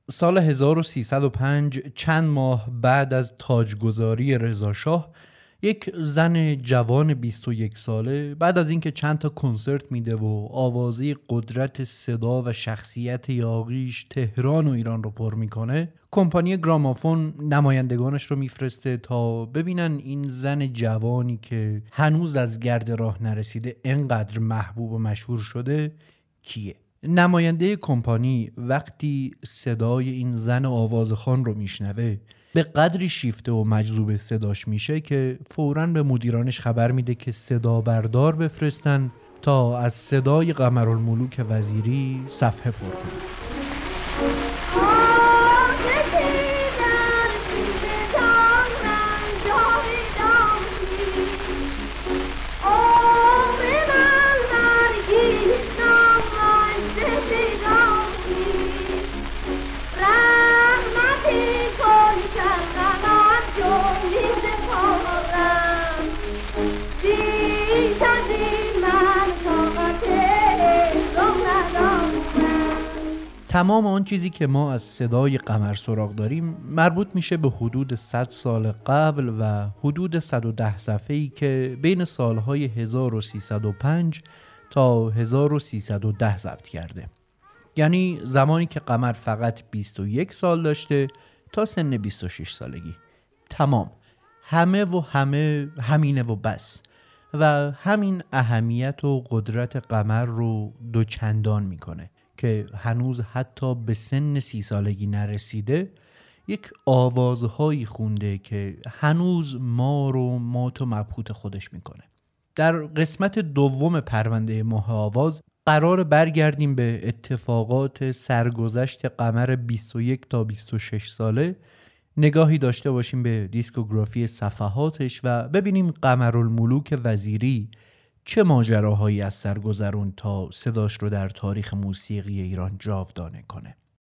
سال 1305 چند ماه بعد از تاجگذاری رضاشاه، یک زن جوان 21 ساله بعد از اینکه چند تا کنسرت میده و آوازه قدرت صدا و شخصیت یاغیش تهران و ایران رو پر میکنه، کمپانی گرامافون نمایندگانش رو میفرسته تا ببینن این زن جوانی که هنوز از گرد راه نرسیده انقدر محبوب و مشهور شده کیه. نماینده کمپانی وقتی صدای این زن آوازخوان رو میشنوه به قدری شیفته و مجذوب صداش میشه که فوراً به مدیرانش خبر میده که صدا بردار بفرستن تا از صدای قمرالملوک وزیری صفحه پر کنه. تمام آن چیزی که ما از صدای قمر سراغ داریم مربوط میشه به حدود 100 سال قبل و حدود 110 صفحه‌ای که بین سالهای 1305 تا 1310 ضبط کرده. یعنی زمانی که قمر فقط 21 سال داشته تا سن 26 سالگی. تمام. همه همینه و بس. و همین اهمیت و قدرت قمر رو دوچندان میکنه که هنوز حتی به سن 30 سالگی نرسیده یک آوازهایی خونده که هنوز ما رو مات و مبهوت خودش میکنه. در قسمت دوم پرونده ماه آواز قرار برگردیم به اتفاقات سرگذشت قمر 21 تا 26 ساله، نگاهی داشته باشیم به دیسکوگرافی صفحاتش و ببینیم قمرالملوک وزیری چه ماجراهایی از سر گذرون تا صداش رو در تاریخ موسیقی ایران جاودانه کنه.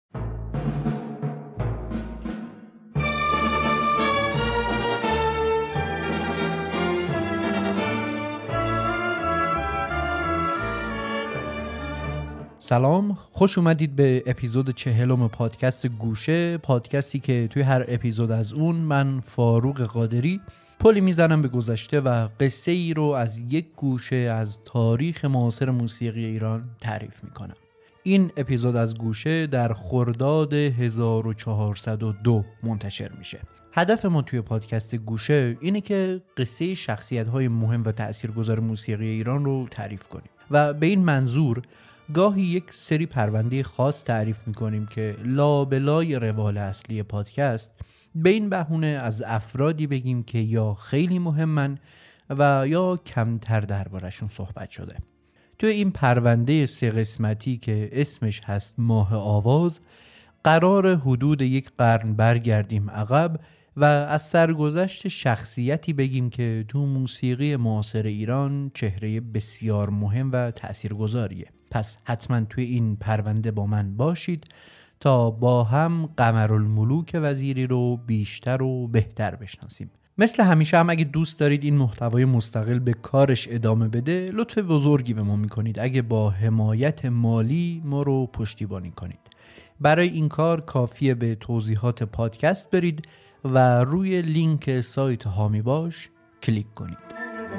سلام، خوش اومدید به اپیزود 40 پادکست گوشه، پادکستی که توی هر اپیزود از اون من فاروق قادری پلی میزنم به گذشته و قصه ای رو از یک گوشه از تاریخ معاصر موسیقی ایران تعریف میکنم. این اپیزود از گوشه در خرداد 1402 منتشر میشه. هدف ما توی پادکست گوشه اینه که قصه شخصیت‌های مهم و تأثیرگذار موسیقی ایران رو تعریف کنیم و به این منظور گاهی یک سری پرونده خاص تعریف میکنیم که لابلای روال اصلی پادکست به این بهونه از افرادی بگیم که یا خیلی مهمن و یا کمتر دربارشون صحبت شده. توی این پرونده 3 قسمتی که اسمش هست ماه آواز قرار حدود 1 قرن برگردیم عقب و از سرگذشت شخصیتی بگیم که تو موسیقی معاصر ایران چهره بسیار مهم و تأثیرگذاریه. پس حتما توی این پرونده با من باشید تا با هم قمرالملوک وزیری رو بیشتر و بهتر بشناسیم. مثل همیشه هم اگه دوست دارید این محتوای مستقل به کارش ادامه بده، لطف بزرگی به ما میکنید اگه با حمایت مالی ما رو پشتیبانی کنید. برای این کار کافیه به توضیحات پادکست برید و روی لینک سایت هامی باش کلیک کنید.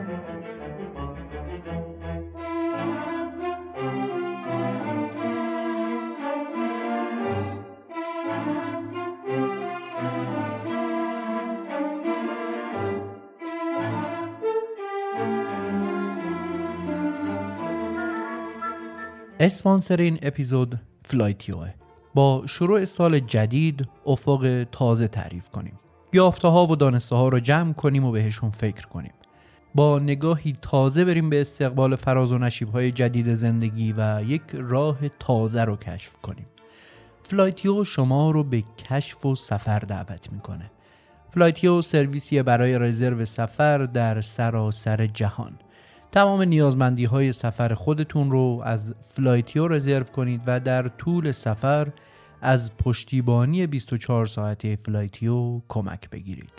اسپانسر این اپیزود فلایتیوه. با شروع سال جدید افق تازه تعریف کنیم. یافته ها و دانسته ها رو جمع کنیم و بهشون فکر کنیم. با نگاهی تازه بریم به استقبال فراز و نشیب های جدید زندگی و یک راه تازه رو کشف کنیم. فلایتیو شما رو به کشف و سفر دعوت میکنه. فلایتیو سرویسیه برای رزرو سفر در سراسر جهان. تمام نیازمندی های سفر خودتون رو از فلایتیو رزرو کنید و در طول سفر از پشتیبانی 24 ساعته فلایتیو کمک بگیرید.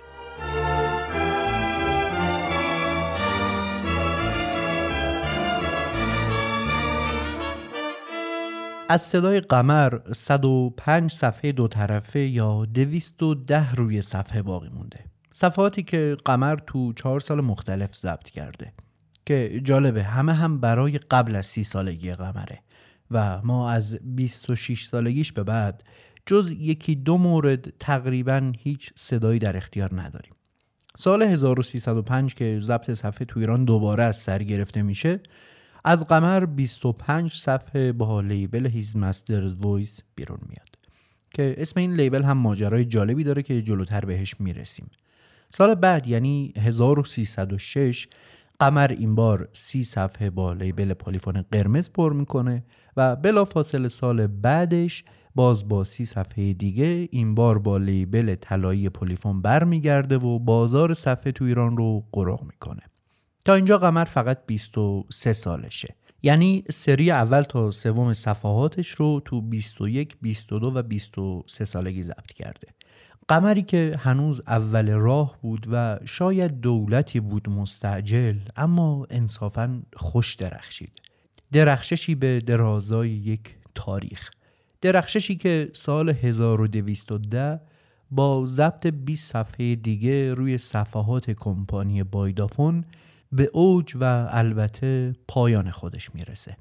از صدای قمر 105 صفحه دو طرفه یا 210 روی صفحه باقی مونده. صفحاتی که قمر تو 4 سال مختلف ضبط کرده که جالبه همه هم برای قبل از 30 سالگی قمره و ما از 26 سالگیش به بعد جز 1-2 مورد تقریباً هیچ صدایی در اختیار نداریم. سال 1305 که ضبط صفحه تو ایران دوباره از سر گرفته میشه، از قمر 25 صفحه با لیبل His Master's Voice بیرون میاد که اسم این لیبل هم ماجرای جالبی داره که جلوتر بهش میرسیم. سال بعد یعنی 1306 قمر این بار 30 صفحه با لیبل پلیفون قرمز پر میکنه و بلافاصله سال بعدش باز با 30 صفحه دیگه این بار با لیبل طلایی پلیفون برمیگرده و بازار صفحه تو ایران رو غرق میکنه. تا اینجا قمر فقط 23 سالشه. یعنی سری اول تا سوم صفحاتش رو تو 21, 22 و 23 سالگی ضبط کرده. قمری که هنوز اول راه بود و شاید دولتی بود مستعجل، اما انصافاً خوش درخشید. درخششی به درازای یک تاریخ. درخششی که سال 1210 با ضبط 20 صفحه دیگه روی صفحات کمپانی بایدافون به اوج و البته پایان خودش میرسه.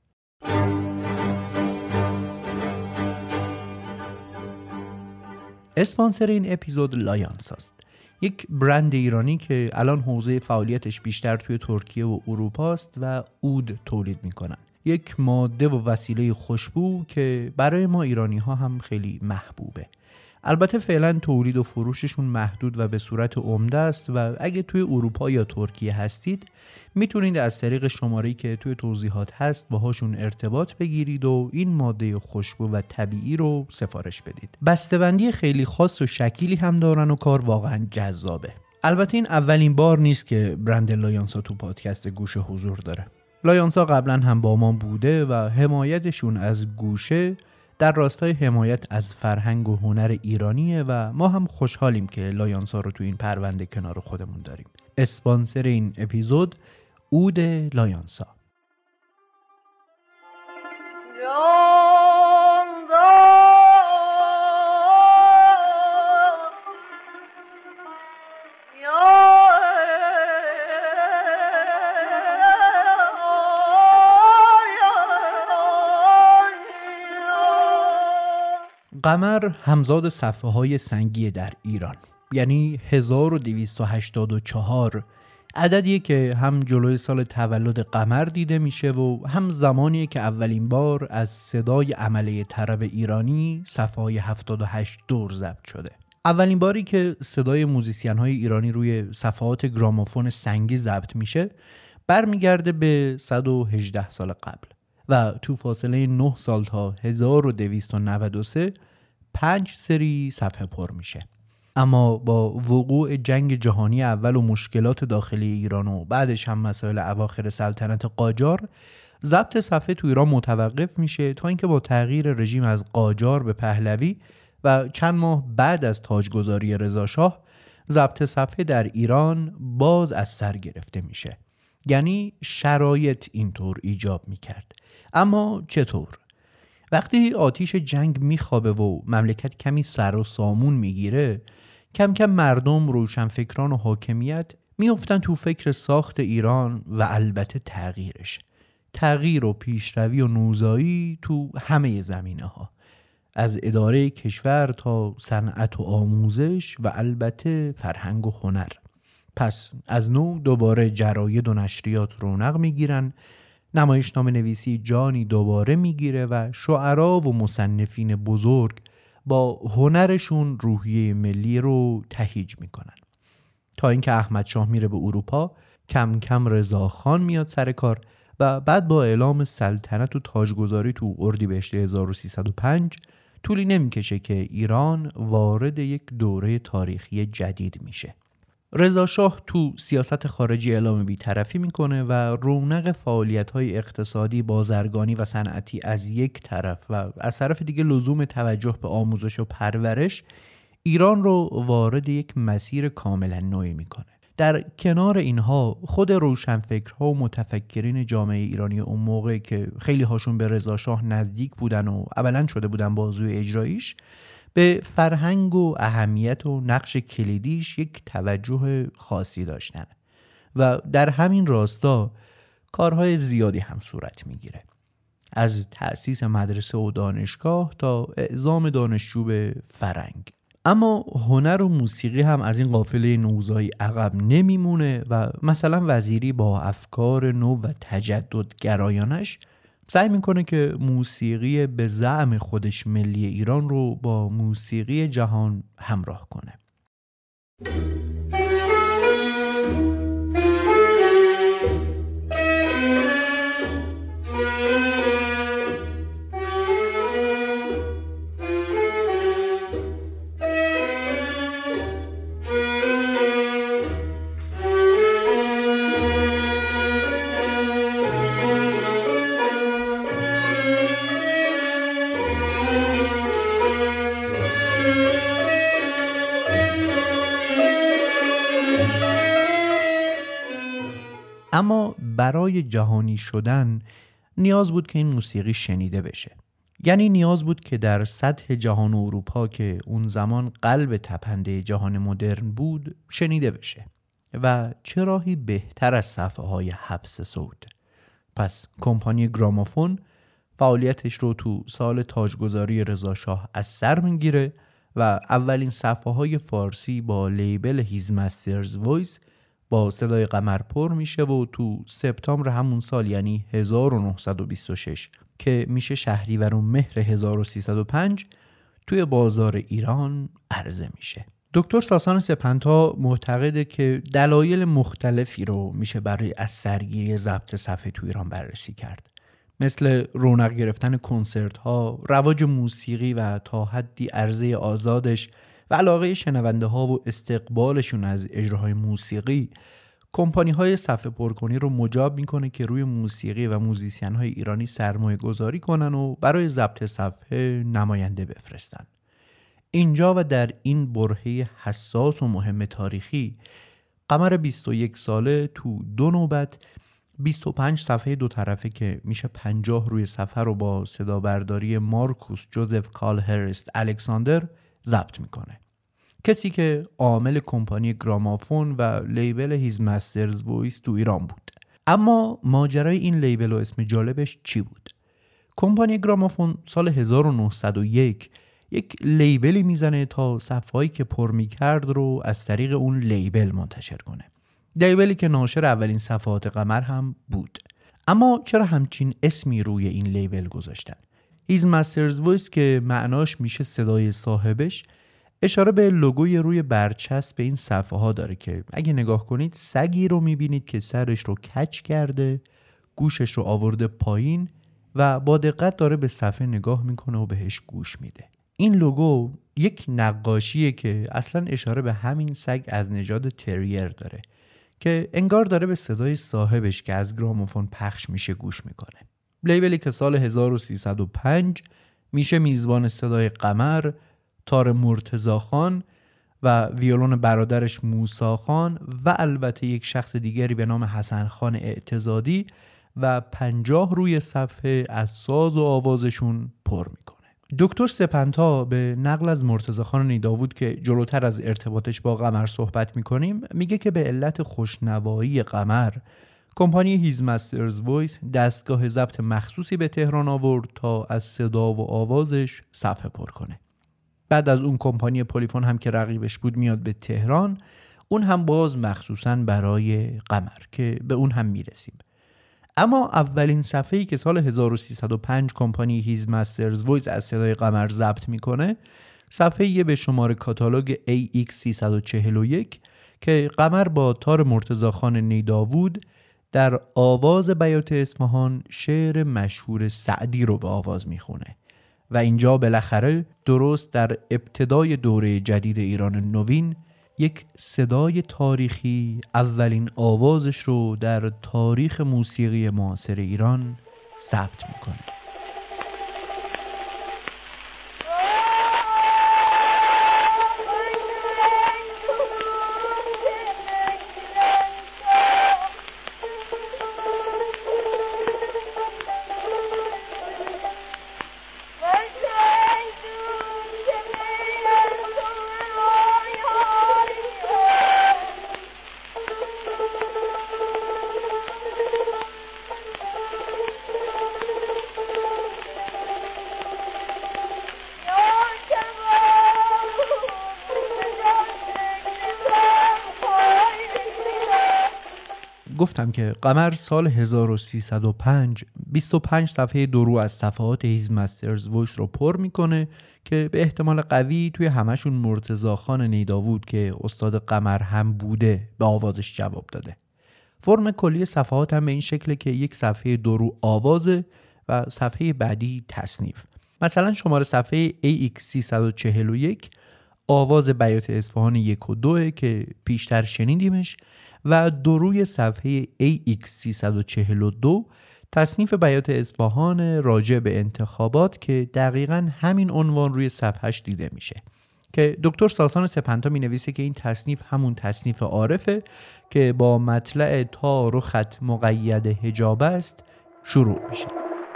اسپانسر این اپیزود لایانس است. یک برند ایرانی که الان حوزه فعالیتش بیشتر توی ترکیه و اروپا است و عود تولید میکنن. یک ماده و وسیله خوشبو که برای ما ایرانی ها هم خیلی محبوبه. البته فعلا تولید و فروششون محدود و به صورت عمده است و اگه توی اروپا یا ترکیه هستید میتونید از طریق شماره‌ای که توی توضیحات هست باهاشون ارتباط بگیرید و این ماده خوشبو و طبیعی رو سفارش بدید. بسته‌بندی خیلی خاص و شکیلی هم دارن و کار واقعا جذابه. البته این اولین بار نیست که برند لایانسا تو پادکست گوشه حضور داره. لایانسا قبلا هم با ما بوده و حمایتشون از گوشه در راستای حمایت از فرهنگ و هنر ایرانیه و ما هم خوشحالیم که لایانسا رو تو این پرونده کنار خودمون داریم. اسپانسر این اپیزود عود لایانسا. قمر همزاد صفحه های سنگی در ایران، یعنی 1284 عددیه که هم جلوی سال تولد قمر دیده میشه و هم زمانیه که اولین بار از صدای عمله طرب ایرانی صفحه های 78 دور ضبط شده. اولین باری که صدای موزیسین های ایرانی روی صفحات گرامافون سنگی ضبط میشه برمیگرده به 118 سال قبل و تو فاصله 9 سال تا 1293 5 سری صفحه پر میشه. اما با وقوع جنگ جهانی اول و مشکلات داخلی ایران و بعدش هم مسائل اواخر سلطنت قاجار، ضبط صفحه تو ایران متوقف میشه تا اینکه با تغییر رژیم از قاجار به پهلوی و چند ماه بعد از تاجگذاری رضا شاه ضبط صفحه در ایران باز از سر گرفته میشه. یعنی شرایط اینطور ایجاب میکرد. اما چطور؟ وقتی آتیش جنگ میخوابه و مملکت کمی سر و سامون میگیره، کم کم مردم، روشنفکران و حاکمیت میافتن تو فکر ساخت ایران و البته تغییرش. تغییر و پیشروی و نوزایی تو همه زمینه ها، از اداره کشور تا صنعت و آموزش و البته فرهنگ و هنر. پس از نو دوباره جراید و نشریات رونق میگیرن، نمایشنامه نویسی جانی دوباره میگیره و شعرا و مصنفین بزرگ با هنرشون روحیه ملی رو تهیج میکنن. تا اینکه احمد شاه میره به اروپا، کم کم رضاخان میاد سر کار و بعد با اعلام سلطنت و تاجگذاری تو اردیبهشت 1305 طولی نمیکشه که ایران وارد یک دوره تاریخی جدید میشه. رضا شاه تو سیاست خارجی اعلام بی‌طرفی میکنه و رونق فعالیت‌های اقتصادی، بازرگانی و صنعتی از یک طرف و از طرف دیگه لزوم توجه به آموزش و پرورش ایران رو وارد یک مسیر کاملا نوعی میکنه. در کنار اینها خود روشنفکرها و متفکرین جامعه ایرانی اون موقع که خیلی هاشون به رضا شاه نزدیک بودن و اولا شده بودن بازوی اجراییش، به فرهنگ و اهمیت و نقش کلیدیش یک توجه خاصی داشتن و در همین راستا کارهای زیادی هم صورت میگیره، از تأسیس مدرسه و دانشگاه تا اعزام دانشجو به فرنگ. اما هنر و موسیقی هم از این قافله نوزایی عقب نمیمونه و مثلا وزیری با افکار نو و تجددگرایانش سعی میکنه که موسیقی به زعم خودش ملی ایران رو با موسیقی جهان همراه کنه. اما برای جهانی شدن نیاز بود که این موسیقی شنیده بشه. یعنی نیاز بود که در سطح جهان و اروپا که اون زمان قلب تپنده جهان مدرن بود شنیده بشه. و چه راهی بهتر از صفحه‌های حبس صوت؟ پس کمپانی گرامافون فعالیتش رو تو سال تاجگذاری رضا شاه از سر میگیره و اولین صفحه‌های فارسی با لیبل هیز مسترز وایس با صدای قمر پر میشه و تو سپتامبر همون سال یعنی 1926 که میشه شهریور و مهر 1305 توی بازار ایران عرضه میشه. دکتر ساسان سپنتا معتقده که دلایل مختلفی رو میشه برای از سرگیری ضبط صفحه تو ایران بررسی کرد، مثل رونق گرفتن کنسرت ها، رواج موسیقی و تا حدی عرضه آزادش و علاقه شنونده ها و استقبالشون از اجراهای موسیقی. کمپانی های صفحه پرکنی رو مجاب میکنه که روی موسیقی و موزیسین های ایرانی سرمایه گذاری کنن و برای ضبط صفحه نماینده بفرستن. اینجا و در این برهه حساس و مهم تاریخی قمر 21 ساله تو 2 نوبت 25 صفحه دو طرفه که میشه 50 روی صفحه رو با صدا برداری مارکوس جوزف کالهرست الکساندر ضبط میکنه، کسی که عامل کمپانی گرامافون و لیبل هیز مسترز وایس تو ایران بود. اما ماجرای این لیبل و اسم جالبش چی بود؟ کمپانی گرامافون سال 1901 یک لیبلی میزنه تا صفحه‌ای که پر میکرد رو از طریق اون لیبل منتشر کنه، لیبلی که ناشر اولین صفحات قمر هم بود. اما چرا همچین اسمی روی این لیبل گذاشتن؟ هیز مسترز وایس که معناش میشه صدای صاحبش، اشاره به لوگوی روی برچسب این صفحه ها داره که اگه نگاه کنید سگی رو میبینید که سرش رو کج کرده، گوشش رو آورده پایین و با دقت داره به صفحه نگاه میکنه و بهش گوش میده. این لوگو یک نقاشیه که اصلا اشاره به همین سگ از نژاد تریر داره که انگار داره به صدای صاحبش که از گرامافون پخش میشه گوش میکنه. لیبلی که سال 1305 میشه میزبان صدای قمر، تار مرتضی خان و ویولون برادرش موسی خان و البته یک شخص دیگری به نام حسن خان اعتزادی و 50 روی صفحه از ساز و آوازشون پر میکنه. دکتر سپنتا به نقل از مرتضی خان نیداود که جلوتر از ارتباطش با قمر صحبت میکنیم میگه که به علت خوشنوایی قمر کمپانی هیز مسترز وایس دستگاه ضبط مخصوصی به تهران آورد تا از صدا و آوازش صفحه پر کنه. بعد از اون کمپانی پلیفون هم که رقیبش بود میاد به تهران، اون هم باز مخصوصاً برای قمر که به اون هم میرسیم. اما اولین صفحه‌ای که سال 1305 کمپانی هیز مسترز وایس از صدای قمر ضبط میکنه صفحه‌ای به شماره کاتالوگ AX341 که قمر با تار مرتضی خان نیداود در آواز بیات اصفهان شعر مشهور سعدی رو به آواز میخونه و اینجا بالاخره درست در ابتدای دوره جدید ایران نوین یک صدای تاریخی اولین آوازش رو در تاریخ موسیقی معاصر ایران ثبت میکنه. گفتم که قمر سال 1305 25 صفحه درو از صفحات هیز مسترز وایس رو پر میکنه که به احتمال قوی توی همشون مرتضی خان نیداوود که استاد قمر هم بوده به آوازش جواب داده. فرم کلی صفحات هم به این شکله که یک صفحه درو آوازه و صفحه بعدی تصنیف. مثلا شماره صفحه AX341 آواز بیات اصفهان 1 و 2 که پیشتر شنیدیمش و دروی صفحه AX342 تصنیف بیات اصفهان راجع به انتخابات که دقیقاً همین عنوان روی صفحهش دیده میشه که دکتر ساسان سپنتا می نویسه که این تصنیف همون تصنیف عارفه که با مطلع تار و خط مقید حجاب است شروع میشه.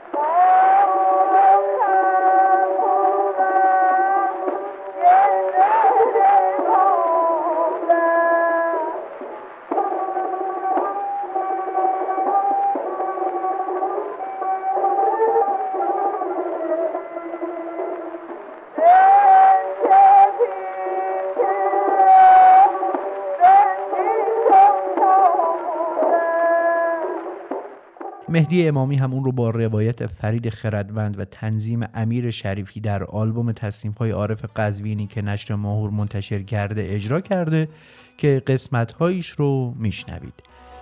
مهدی امامی هم اون رو با روایت فرید خردمند و تنظیم امیر شریفی در آلبوم تصنیف‌های عارف قزوینی که نشر ماهور منتشر کرده اجرا کرده که قسمت‌هایش رو میشنوید.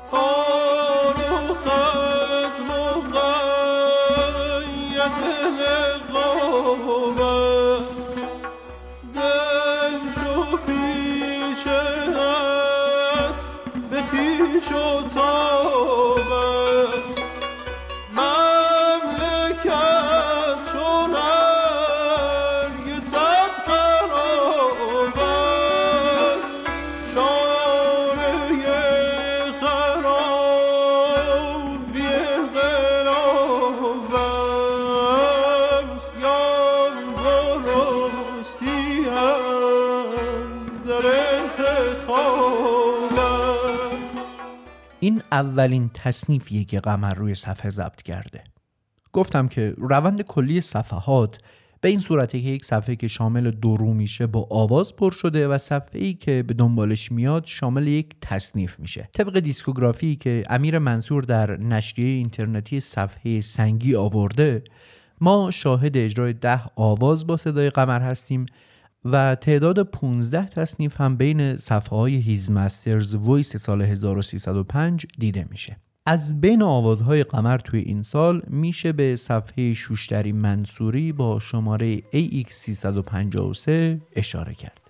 این اولین تصنیفیه که قمر روی صفحه ضبط کرده. گفتم که روند کلی صفحات به این صورته که یک صفحه که شامل درو میشه با آواز پر شده و صفحه‌ای که به دنبالش میاد شامل یک تصنیف میشه. طبق دیسکوگرافی که امیر منصور در نشریه اینترنتی صفحه سنگی آورده، ما شاهد اجرای 10 آواز با صدای قمر هستیم و تعداد 15 تصنیف هم بین صفحه‌های هیز مسترز وایس سال 1305 دیده میشه. از بین آوازهای قمر توی این سال میشه به صفحه شوشتری منصوری با شماره AX353 اشاره کرد.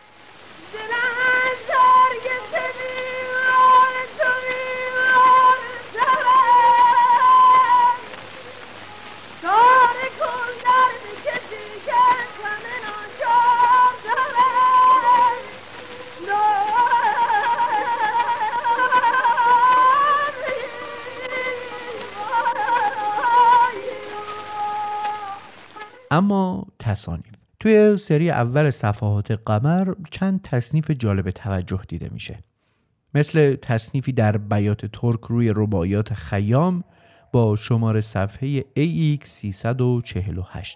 اما تصانیف توی سری اول صفحات قمر چند تصنیف جالب توجه دیده میشه، مثل تصنیفی در بیات ترک روی رباعیات خیام با شماره صفحه AX348.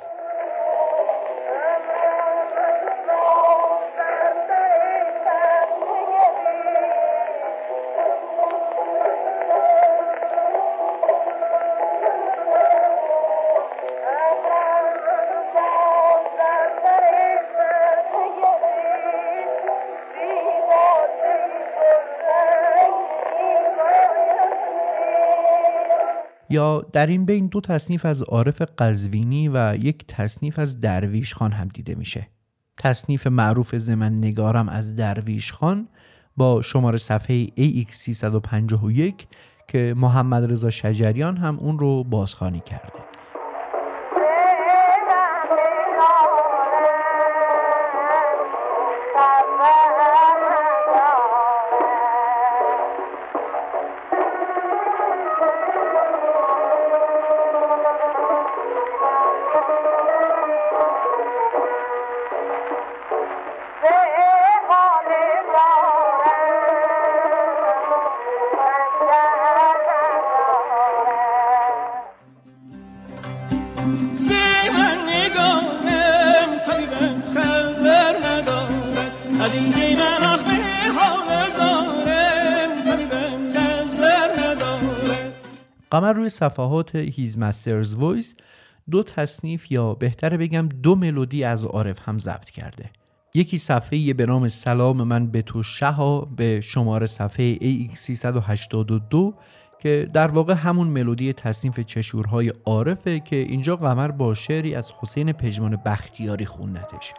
یا در این بین 2 تصنیف از عارف قزوینی و یک تصنیف از درویش خان هم دیده میشه. تصنیف معروف زمن نگارم از درویش خان با شماره صفحه AX351 که محمد رضا شجریان هم اون رو بازخوانی کرده. قمر روی صفحات هیز مسترز وایس 2 تصنیف یا بهتره بگم 2 ملودی از عارف هم ضبط کرده. یکی صفحه‌ای به نام سلام من به تو شها به شماره صفحه AX382 که در واقع همون ملودی تصنیف چشورهای عارفه که اینجا قمر با شعری از حسین پژمان بختیاری خوندتش.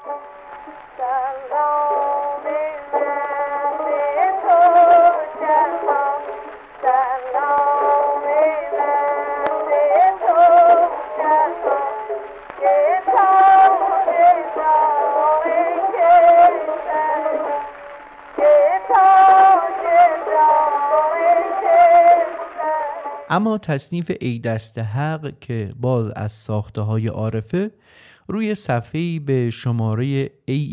اما تصنیف ای دست حق که باز از ساخته های عارفه روی صفحه‌ای به شماره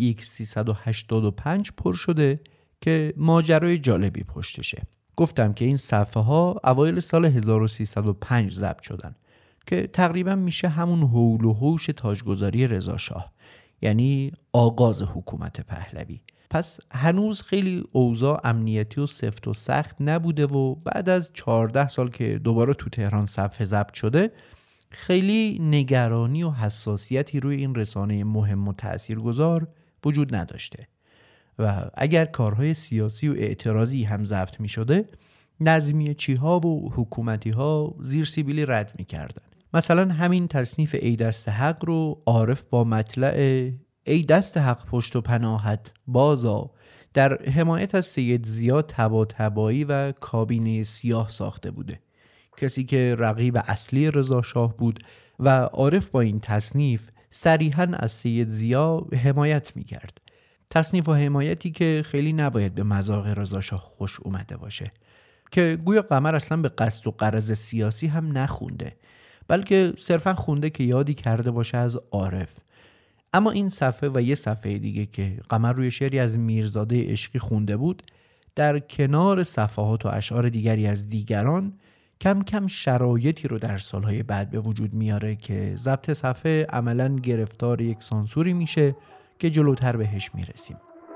AX385 پر شده که ماجرای جالبی پشتشه. گفتم که این صفحه ها اوایل سال 1305 ضبط شدن که تقریبا میشه همون هول و هوش تاجگذاری رضا شاه، یعنی آغاز حکومت پهلوی. پس هنوز خیلی اوضاع امنیتی و سفت و سخت نبوده و بعد از 14 سال که دوباره تو تهران صفحه ضبط شده خیلی نگرانی و حساسیتی روی این رسانه مهم و تاثیرگذار وجود نداشته و اگر کارهای سیاسی و اعتراضی هم ضبط می شده نظمیه چیها و حکومتی ها زیر سیبیلی رد می کردن. مثلا همین تصنیف ای دست حق رو عارف با مطلع ای دست حق پشت و پناهت بازا در حمایت از سید ضیا طباطبایی و کابینه سیاه ساخته بوده، کسی که رقیب اصلی رضا شاه بود و عارف با این تصنیف صریحاً از سید ضیا حمایت می‌کرد. تصنیف و حمایتی که خیلی نباید به مذاق رضا شاه خوش اومده باشه، که گویا قمر اصلا به قصد و غرض سیاسی هم نخونده، بلکه صرفاً خونده که یادی کرده باشه از عارف. اما این صفحه و یه صفحه دیگه که قمر روی شعری از میرزاده عشقی خونده بود در کنار صفحات و اشعار دیگری از دیگران کم کم شرایطی رو در سالهای بعد به وجود میاره که ضبط صفحه عملاً گرفتار یک سانسوری میشه که جلوتر بهش میرسیم.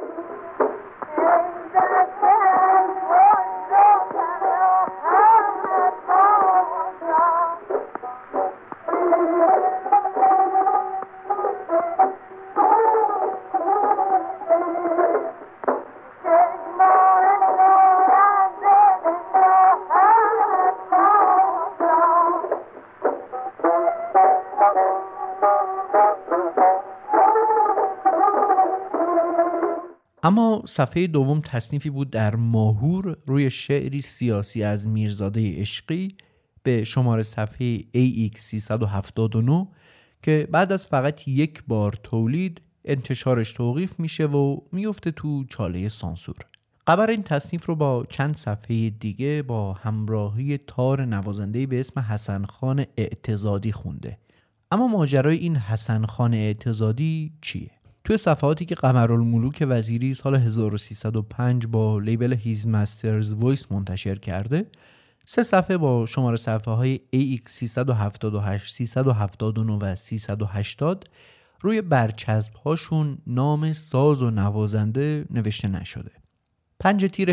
اما صفحه دوم تصنیفی بود در ماهور روی شعری سیاسی از میرزاده عشقی به شماره صفحه AX379 که بعد از فقط یک بار تولید انتشارش توقیف میشه و میفته تو چاله سانسور. قمر این تصنیف رو با چند صفحه دیگه با همراهی تار نوازنده‌ای به اسم حسن خان اعتزادی خونده. اما ماجرای این حسن خان اعتزادی چیه؟ توی صفحاتی که قمرالملوک وزیری سال 1305 با لیبل هیز مسترز وایس منتشر کرده 3 صفحه با شماره صفحه های AX378, 379 و 380 روی برچسب هاشون نام ساز و نوازنده نوشته نشده. 5 تیر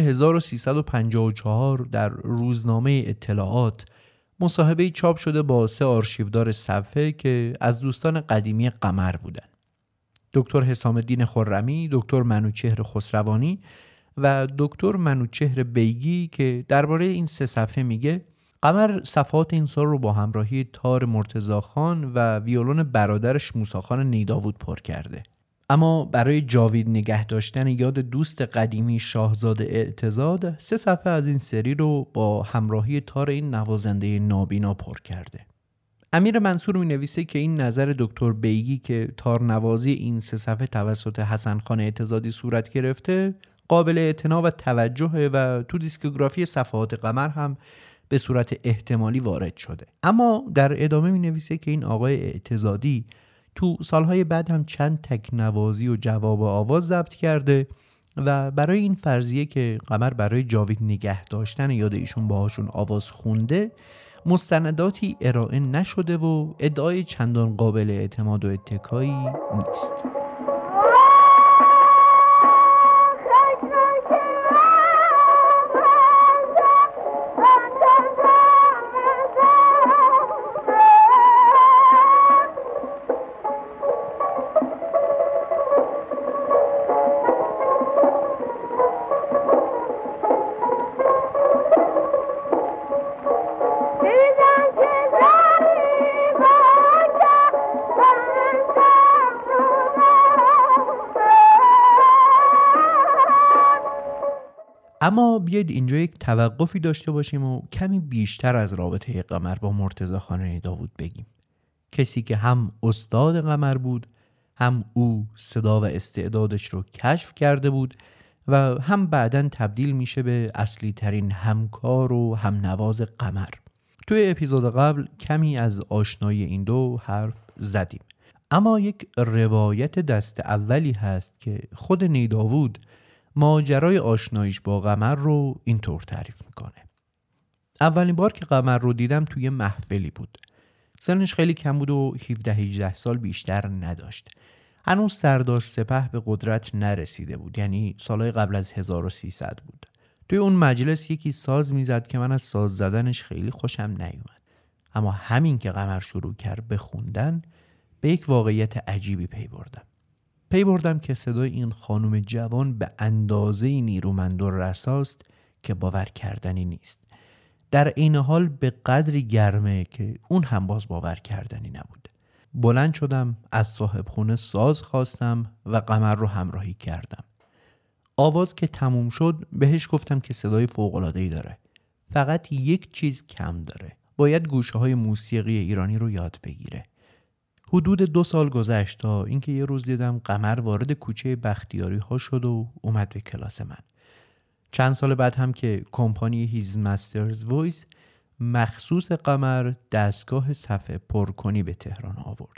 1354 در روزنامه اطلاعات مصاحبه‌ای چاپ شده با 3 آرشیودار صفحه که از دوستان قدیمی قمر بودن: دکتر حسام الدین خرمی، دکتر منوچهر خسروانی و دکتر منوچهر بیگی که درباره این 3 صفحه میگه قمر صفحات این سال رو با همراهی تار مرتضی خان و ویولون برادرش موسی خان نیداود پر کرده. اما برای جاوید نگه داشتن یاد دوست قدیمی شاهزاده اعتزاد 3 صفحه از این سری رو با همراهی تار این نوازنده نابینا پر کرده. امیر منصور می نویسه که این نظر دکتر بیگی که تارنوازی این 3 صفحه توسط حسن خان اعتزادی صورت گرفته قابل اعتنا و توجهه و تو دیسکوگرافی صفحات قمر هم به صورت احتمالی وارد شده. اما در ادامه می نویسه که این آقای اعتزادی تو سالهای بعد هم چند تکنوازی و جواب آواز ضبط کرده و برای این فرضیه که قمر برای جاوید نگه داشتن یاد ایشون باهاشون آواز خونده مستنداتی ارائه نشده و ادعای چندان قابل اعتماد و اتکایی نیست. اما بیاید اینجا یک توقفی داشته باشیم و کمی بیشتر از رابطه قمر با مرتضی خان نیداود بگیم. کسی که هم استاد قمر بود، هم او صدا و استعدادش رو کشف کرده بود و هم بعداً تبدیل میشه به اصلی ترین همکار و هم نواز قمر. توی اپیزود قبل کمی از آشنایی این دو حرف زدیم، اما یک روایت دست اولی هست که خود نیداود ماجرای آشناییش با قمر رو اینطور تعریف میکنه. اولین بار که قمر رو دیدم توی محفلی بود. سنش خیلی کم بود و 17-18 سال بیشتر نداشت. هنوز سردار سپه به قدرت نرسیده بود، یعنی سالهای قبل از 1300 بود. توی اون مجلس یکی ساز میزد که من از ساز زدنش خیلی خوشم نیومد. اما همین که قمر شروع کرد به خوندن، به یک واقعیت عجیبی پی بردم که صدای این خانم جوان به اندازه نیرومند و رساست که باور کردنی نیست. در این حال به قدری گرمه که اون هم باز باور کردنی نبود. بلند شدم، از صاحب خونه ساز خواستم و قمر رو همراهی کردم. آواز که تموم شد بهش گفتم که صدای فوق‌العاده‌ای داره. فقط یک چیز کم داره. باید گوشه‌های موسیقی ایرانی رو یاد بگیره. حدود 2 سال گذشت تا اینکه یه روز دیدم قمر وارد کوچه بختیاری ها شد و اومد به کلاس من. چند سال بعد هم که کمپانی هیز مسترز وایس مخصوص قمر دستگاه صفحه پرکنی به تهران آورد.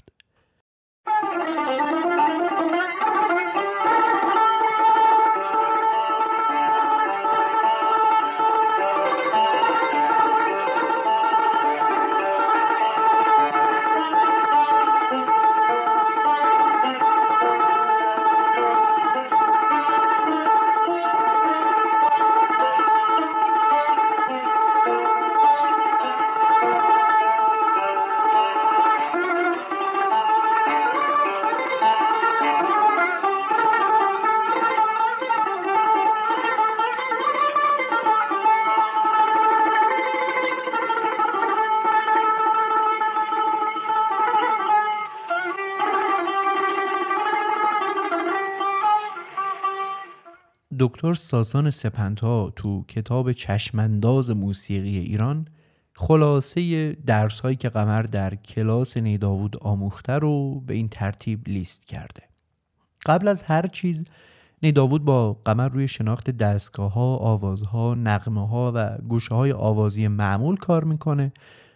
دکتر ساسان سپندها تو کتاب چشمانداز موسیقی ایران خلاصه درس‌هایی که قمر در کلاس نیداود آموخته رو به این ترتیب لیست کرده. قبل از هر چیز نیداود با قمر روی شناخت دستگاه‌ها، آوازها، نغمه‌ها و گوشه‌های آوازی معمول کار میکنه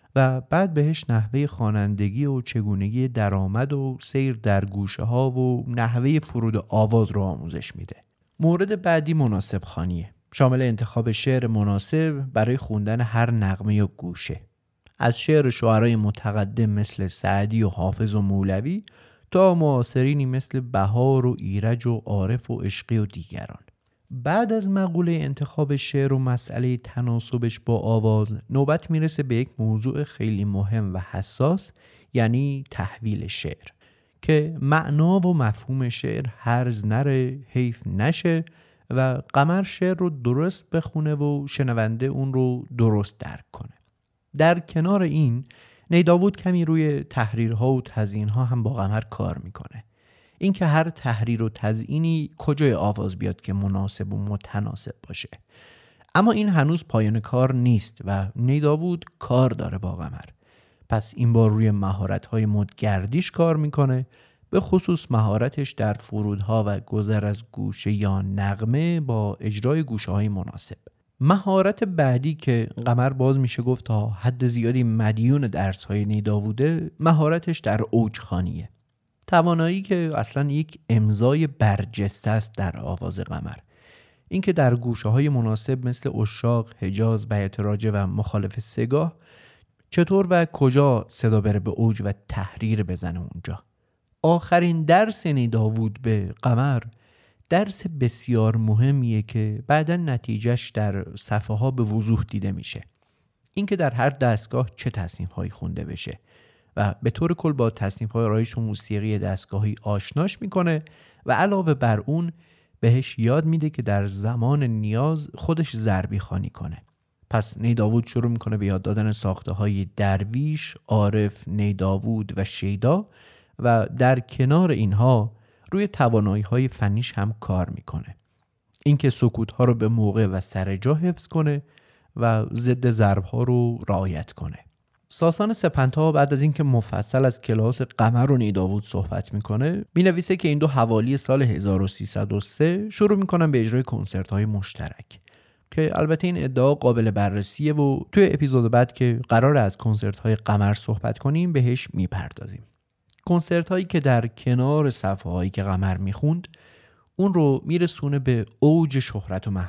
و بعد بهش نحوه خوانندگی و چگونگی درآمد و سیر در گوشه‌ها و نحوه فرود آواز رو آموزش میده. مورد بعدی مناسب خوانیه، شامل انتخاب شعر مناسب برای خوندن هر نغمه و گوشه، از شعر شاعرای متقدم مثل سعدی و حافظ و مولوی تا معاصرینی مثل بهار و ایرج و عارف و عشقی و دیگران. بعد از مقوله انتخاب شعر و مسئله تناسبش با آواز، نوبت میرسه به یک موضوع خیلی مهم و حساس، یعنی تحویل شعر، که معنا و مفهوم شعر هرز نره، حیف نشه و قمر شعر رو درست بخونه و شنونده اون رو درست درک کنه. در کنار این نیداود کمی روی تحریرها و تزیینها هم با قمر کار میکنه. این که هر تحریر و تزیینی کجای آواز بیاد که مناسب و متناسب باشه. اما این هنوز پایان کار نیست و نیداود کار داره با قمر. پس این بار روی مهارت‌های مدگردیش کار میکنه، به خصوص مهارتش در فرودها و گذر از گوشه یا نغمه با اجرای گوشه‌های مناسب. مهارت بعدی که قمر باز میشه گفت تا حد زیادی مدیون درس‌های نیداوده، مهارتش در اوجخوانیه. توانایی که اصلاً یک امضای برجسته است در آواز قمر. این که در گوشه‌های مناسب مثل عشاق، حجاز، بیات راجع و مخالف سگاه چطور و کجا صدا بره به اوج و تحریر بزنه اونجا. آخرین درس نیداود به قمر درس بسیار مهمیه که بعداً نتیجهش در صفحه ها به وضوح دیده میشه. این که در هر دستگاه چه تصنیف‌هایی خونده بشه و به طور کل با تصنیف‌های آرایش و موسیقی دستگاهی آشناش میکنه و علاوه بر اون بهش یاد میده که در زمان نیاز خودش ضربی خوانی کنه. پس نیداود شروع میکنه به یاد دادن ساخته‌های درویش، عارف، نیداود و شیدا و در کنار اینها روی توانایی‌های فنیش هم کار میکنه. اینکه سکوت‌ها رو به موقع و سر جا حفظ کنه و ضد ضرب‌ها رو رعایت کنه. ساسان سپنتا بعد از اینکه مفصل از کلاس قمر و نیداوود صحبت میکنه، مینویسه که این دو حوالی سال 1303 شروع میکنن به اجرای کنسرت‌های مشترک که البته این ادعا قابل بررسیه و توی اپیزود بعد که قرار از کنسرت‌های قمر صحبت کنیم بهش میپردازیم. کنسرت‌هایی که در کنار صفحه‌هایی که قمر میخوند اون رو میرسونه به اوج شهرت و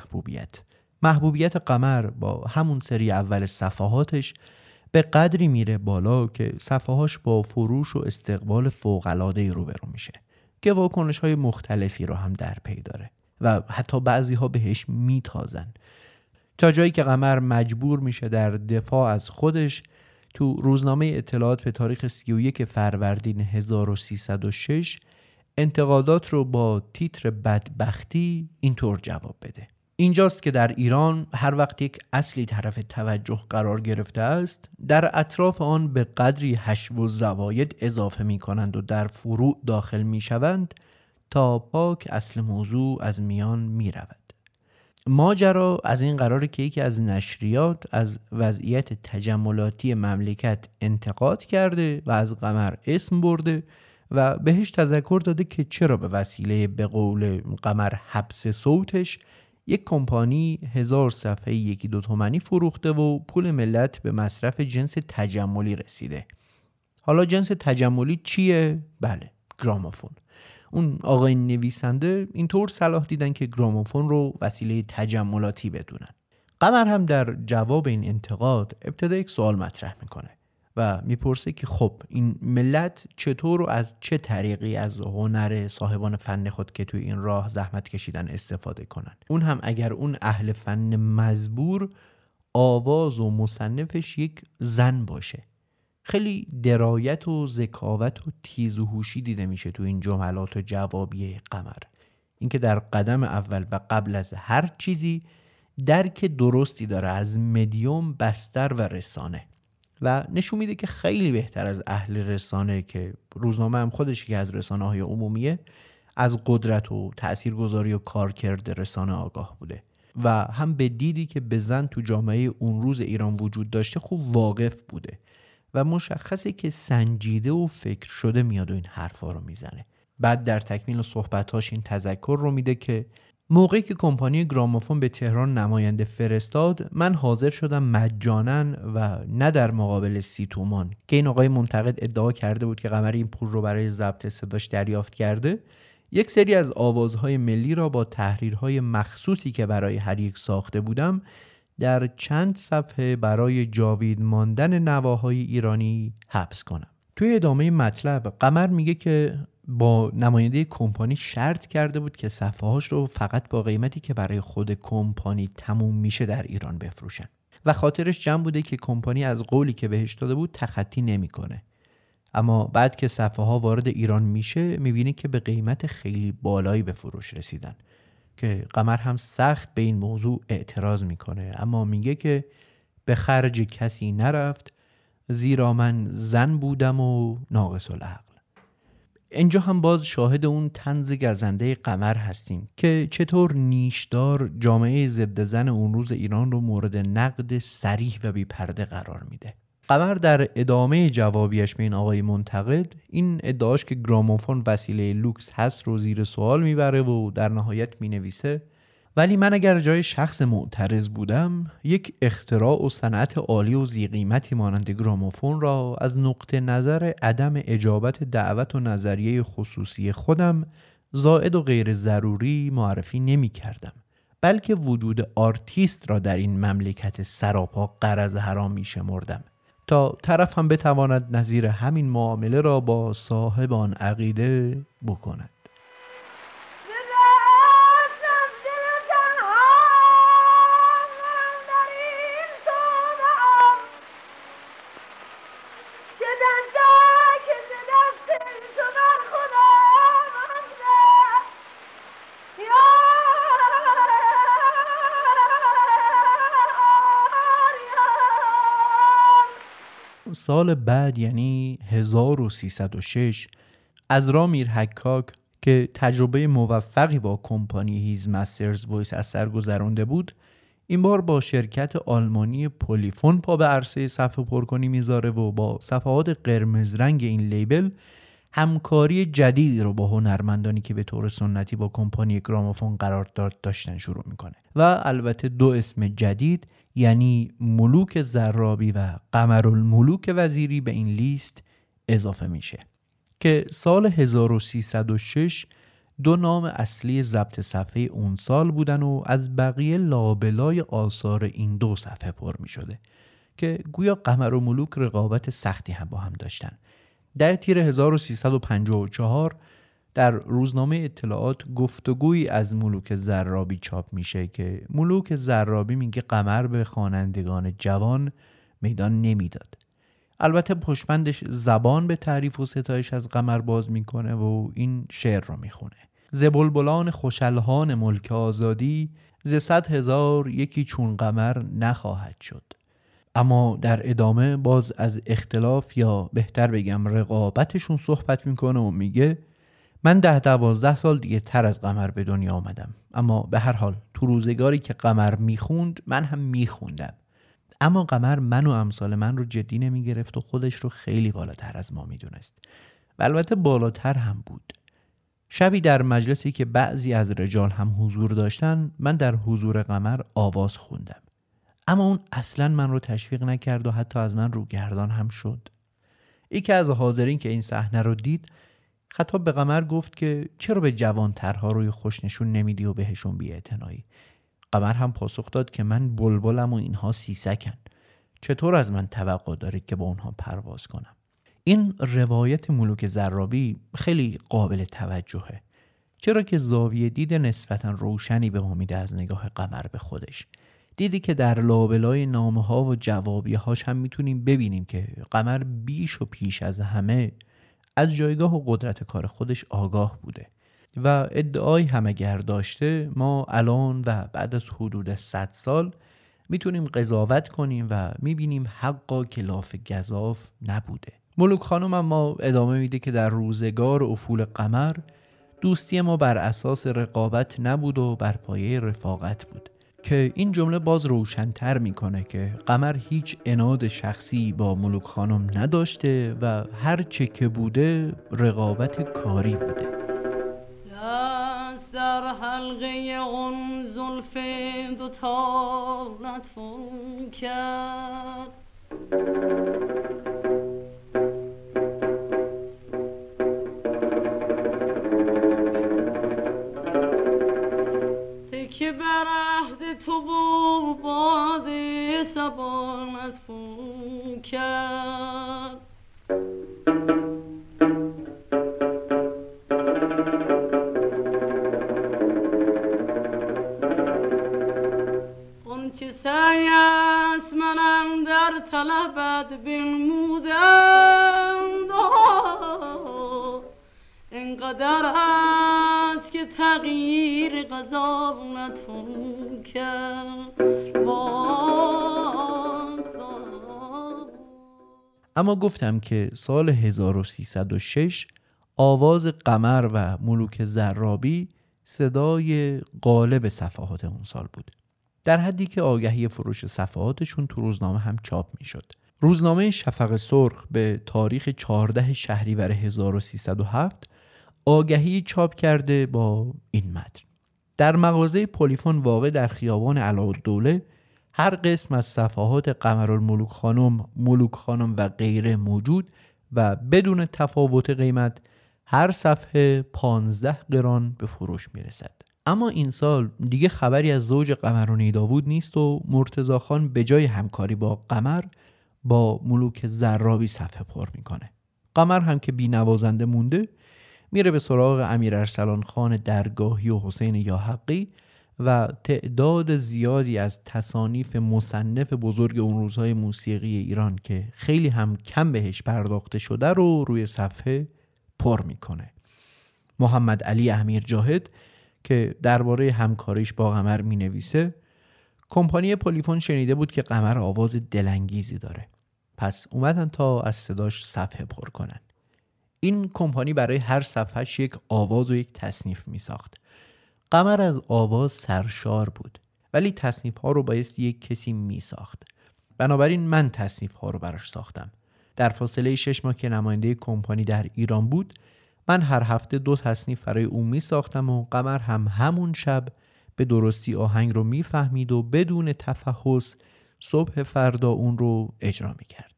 محبوبیت قمر با همون سری اول صفحاتش به قدری میره بالا که صفحهاش با فروش و استقبال فوق‌العاده‌ای روبرو میشه که واکنش‌های مختلفی رو هم در پی داره و حتی بعضی‌ها بهش میتازن، تا جایی که قمر مجبور میشه در دفاع از خودش تو روزنامه اطلاعات به تاریخ 31 فروردین 1306 انتقادات رو با تیتر بدبختی اینطور جواب بده: اینجاست که در ایران هر وقت یک اصلی طرف توجه قرار گرفته است، در اطراف آن به قدری حشو و زواید اضافه می کنند و در فروع داخل می شوند تا پاک اصل موضوع از میان می رود. ماجرا از این قراره که یکی از نشریات از وضعیت تجملاتی مملکت انتقاد کرده و از قمر اسم برده و بهش تذکر داده که چرا به وسیله به قول قمر حبس صوتش یک کمپانی 1000 صفحه 1-2 تومانی فروخته و پول ملت به مصرف جنس تجملی رسیده. حالا جنس تجملی چیه؟ بله، گرامافون. اون آقای نویسنده اینطور صلاح دیدن که گرامافون رو وسیله تجملاتی بدونن. قمر هم در جواب این انتقاد ابتدا یک سوال مطرح میکنه و میپرسه که خب این ملت چطور و از چه طریقی از هنر صاحبان فن خود که توی این راه زحمت کشیدن استفاده کنن، اون هم اگر اون اهل فن مزبور آواز و مصنفش یک زن باشه. خیلی درایت و ذکاوت و تیز و هوشی دیده میشه تو این جملات و جوابیه قمر. اینکه در قدم اول و قبل از هر چیزی درک درستی داره از مدیوم، بستر و رسانه و نشون میده که خیلی بهتر از اهل رسانه که روزنامه هم خودش که از رسانه‌های عمومیه از قدرت و تاثیرگذاری و کارکرد رسانه آگاه بوده و هم به دیدی که به زن تو جامعه اون روز ایران وجود داشته خوب واقف بوده و مشخصه که سنجیده و فکر شده میاد و این حرفا رو میزنه. بعد در تکمیل صحبتاش این تذکر رو میده که موقعی که کمپانی گرامافون به تهران نماینده فرستاد، من حاضر شدم مجانا و نه در مقابل 30 تومان که این آقای منتقد ادعا کرده بود که قمر این پول رو برای ضبط صداش دریافت کرده، یک سری از آوازهای ملی را با تحریرهای مخصوصی که برای هر یک ساخته بودم در چند صفحه برای جاوید ماندن نواهای ایرانی حبس کنم. توی ادامه مطلب قمر میگه که با نماینده کمپانی شرط کرده بود که صفحه‌هاش رو فقط با قیمتی که برای خود کمپانی تموم میشه در ایران بفروشن و خاطرش جمع بوده که کمپانی از قولی که بهش داده بود تخطی نمیکنه. اما بعد که صفحه‌ها وارد ایران میشه میبینه که به قیمت خیلی بالایی به فروش رسیدن که قمر هم سخت به این موضوع اعتراض میکنه، اما میگه که به خرج کسی نرفت زیرا من زن بودم و ناقص العقل. اینجا هم باز شاهد اون طنز گزنده قمر هستیم که چطور نیشدار جامعه ضد زن اون روز ایران رو مورد نقد صریح و بی پرده قرار میده. قمر در ادامه جوابیش به این آقای منتقد این ادعاش که گرامافون وسیله لوکس هست رو زیر سوال میبره و در نهایت مینویسه ولی من اگر جای شخص معترض بودم یک اختراع و صنعت عالی و ذی قیمتی مانند گرامافون را از نقطه نظر عدم اجابت دعوت و نظریه خصوصی خودم زائد و غیر ضروری معرفی نمی کردم، بلکه وجود آرتیست را در این مملکت سراپا غرض حرام می شمردم تا طرف هم بتواند نظیر همین معامله را با صاحب آن عقیده بکند. سال بعد یعنی 1306 عزرا میرحکاک که تجربه موفقی با کمپانی هیز مسترز وایس از سر گذرانده بود، این بار با شرکت آلمانی پلیفون پا به عرصه صفحه پرکنی میذاره و با صفحات قرمز رنگ این لیبل همکاری جدیدی رو با هنرمندانی که به طور سنتی با کمپانی گرامافون قرارداد داشتن شروع میکنه و البته 2 اسم جدید یعنی ملوک زرابی و قمرالملوک وزیری به این لیست اضافه میشه که سال 1306 2 نام اصلی ضبط صفحه اون سال بودن و از بقیه لابلای آثار این 2 صفحه پر می شده که گویا قمرالملوک رقابت سختی هم با هم داشتن. در تیر 1354 در روزنامه اطلاعات گفتگویی از ملوک زرابی چاپ میشه که ملوک زرابی میگه قمر به خوانندگان جوان میدان نمیداد. البته پشتبندش زبان به تعریف و ستایش از قمر باز میکنه و این شعر رو میخونه: ز بلبلان خوشالهان ملک آزادی، ز 100,000 یکی چون قمر نخواهد شد. اما در ادامه باز از اختلاف یا بهتر بگم رقابتشون صحبت میکنه و میگه من 10-12 سال دیگه تر از قمر به دنیا آمدم، اما به هر حال تو روزگاری که قمر میخوند من هم میخوندم، اما قمر من و امثال من رو جدی نمیگرفت و خودش رو خیلی بالاتر از ما میدونست و البته بالاتر هم بود. شبی در مجلسی که بعضی از رجال هم حضور داشتن، من در حضور قمر آواز خوندم، اما اون اصلا من رو تشویق نکرد و حتی از من رو گردان هم شد. یکی از حاضرین که این صحنه رو دید خطاب به قمر گفت که چرا به جوانترها روی خوش نشون نمیدی و بهشون بی‌اعتنایی؟ قمر هم پاسخ داد که من بلبلم و اینها سیسکن، چطور از من توقع دارید که با اونها پرواز کنم؟ این روایت ملوک زرابی خیلی قابل توجهه، چرا که زاویه دید نسبتا روشنی به ما میده از نگاه قمر به خودش. دیدی که در لابلای نامه ها و جوابیه هاش هم میتونیم ببینیم که قمر بیش و پیش از همه از جایگاه و قدرت کار خودش آگاه بوده و ادعای هم اگر داشته، ما الان و بعد از حدود 100 سال میتونیم قضاوت کنیم و میبینیم حقا کلاف گزاف نبوده. ملوک خانم اما ادامه میده که در روزگار افول قمر دوستی ما بر اساس رقابت نبود و بر پایه رفاقت بود، که این جمله باز روشن‌تر میکنه که قمر هیچ عناد شخصی با ملوک خانم نداشته و هر چه که بوده رقابت کاری بوده. دست در حلقه اون زلف دوتا لطفون کرد، که بر عهد تو بود باد سبا مدفون کرد. اون که سعی است منم در طلبت بنمودم، اینقدر است که تغییر قضا مدفون کرد. اما گفتم که سال 1306 آواز قمر و ملوک زرابی صدای غالب صفحات اون سال بود، در حدی که آگهی فروش صفحاتشون تو روزنامه هم چاپ می شد. روزنامه شفق سرخ به تاریخ 14 شهریور 1307 آگهی چاپ کرده با این متن: در مغازه پلیفون واقع در خیابان علاءالدوله هر قسم از صفحات قمرالملوک خانم، ملوک خانم و غیره موجود و بدون تفاوت قیمت هر صفحه 15 قران به فروش میرسد. اما این سال دیگه خبری از زوج قمر و نیداود نیست و مرتضی خان به جای همکاری با قمر با ملوک زرابی صفحه پر میکنه. قمر هم که بی نوازنده مونده میره به سراغ امیر ارسلان خان درگاهی و حسین یاحقی و تعداد زیادی از تصانیف مصنف بزرگ اون روزهای موسیقی ایران که خیلی هم کم بهش پرداخته شده رو روی صفحه پر میکنه. محمد علی امیر جاهد که درباره همکاریش با قمر مینویسه: کمپانی پلیفون شنیده بود که قمر آواز دلانگیزی داره، پس اومدن تا از صداش صفحه پر کنن. این کمپانی برای هر صفحهش یک آواز و یک تصنیف می ساخت. قمر از آواز سرشار بود، ولی تصنیف ها رو بایستی یک کسی می ساخت. بنابراین من تصنیف ها رو براش ساختم. در فاصله 6 ماه که نماینده کمپانی در ایران بود، من هر هفته 2 تصنیف برای اون می ساختم و قمر هم همون شب به درستی آهنگ رو می فهمید و بدون تفحص صبح فردا اون رو اجرا می کرد.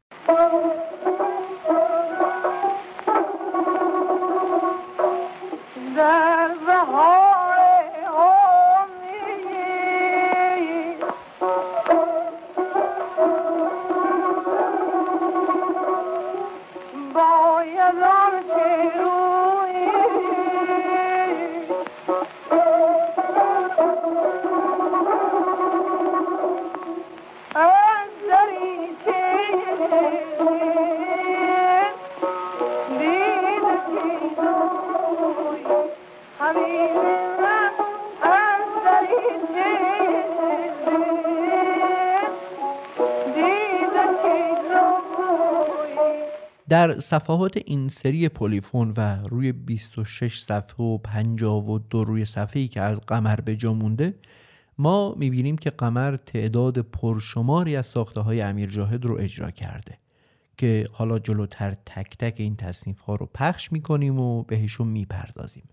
در بهار امید بایدان که روی از دریچه دیده که روی حبیب من از دریچه دیده که روی. در صفحات این سری پلیفون و روی 26 صفحه و 52 روی صفحه‌ای که از قمر به جا مونده، ما میبینیم که قمر تعداد پرشماری از ساخته‌های امیر جاهد رو اجرا کرده که حالا جلوتر تک تک این تصنیف‌ها رو پخش میکنیم و بهشون میپردازیم.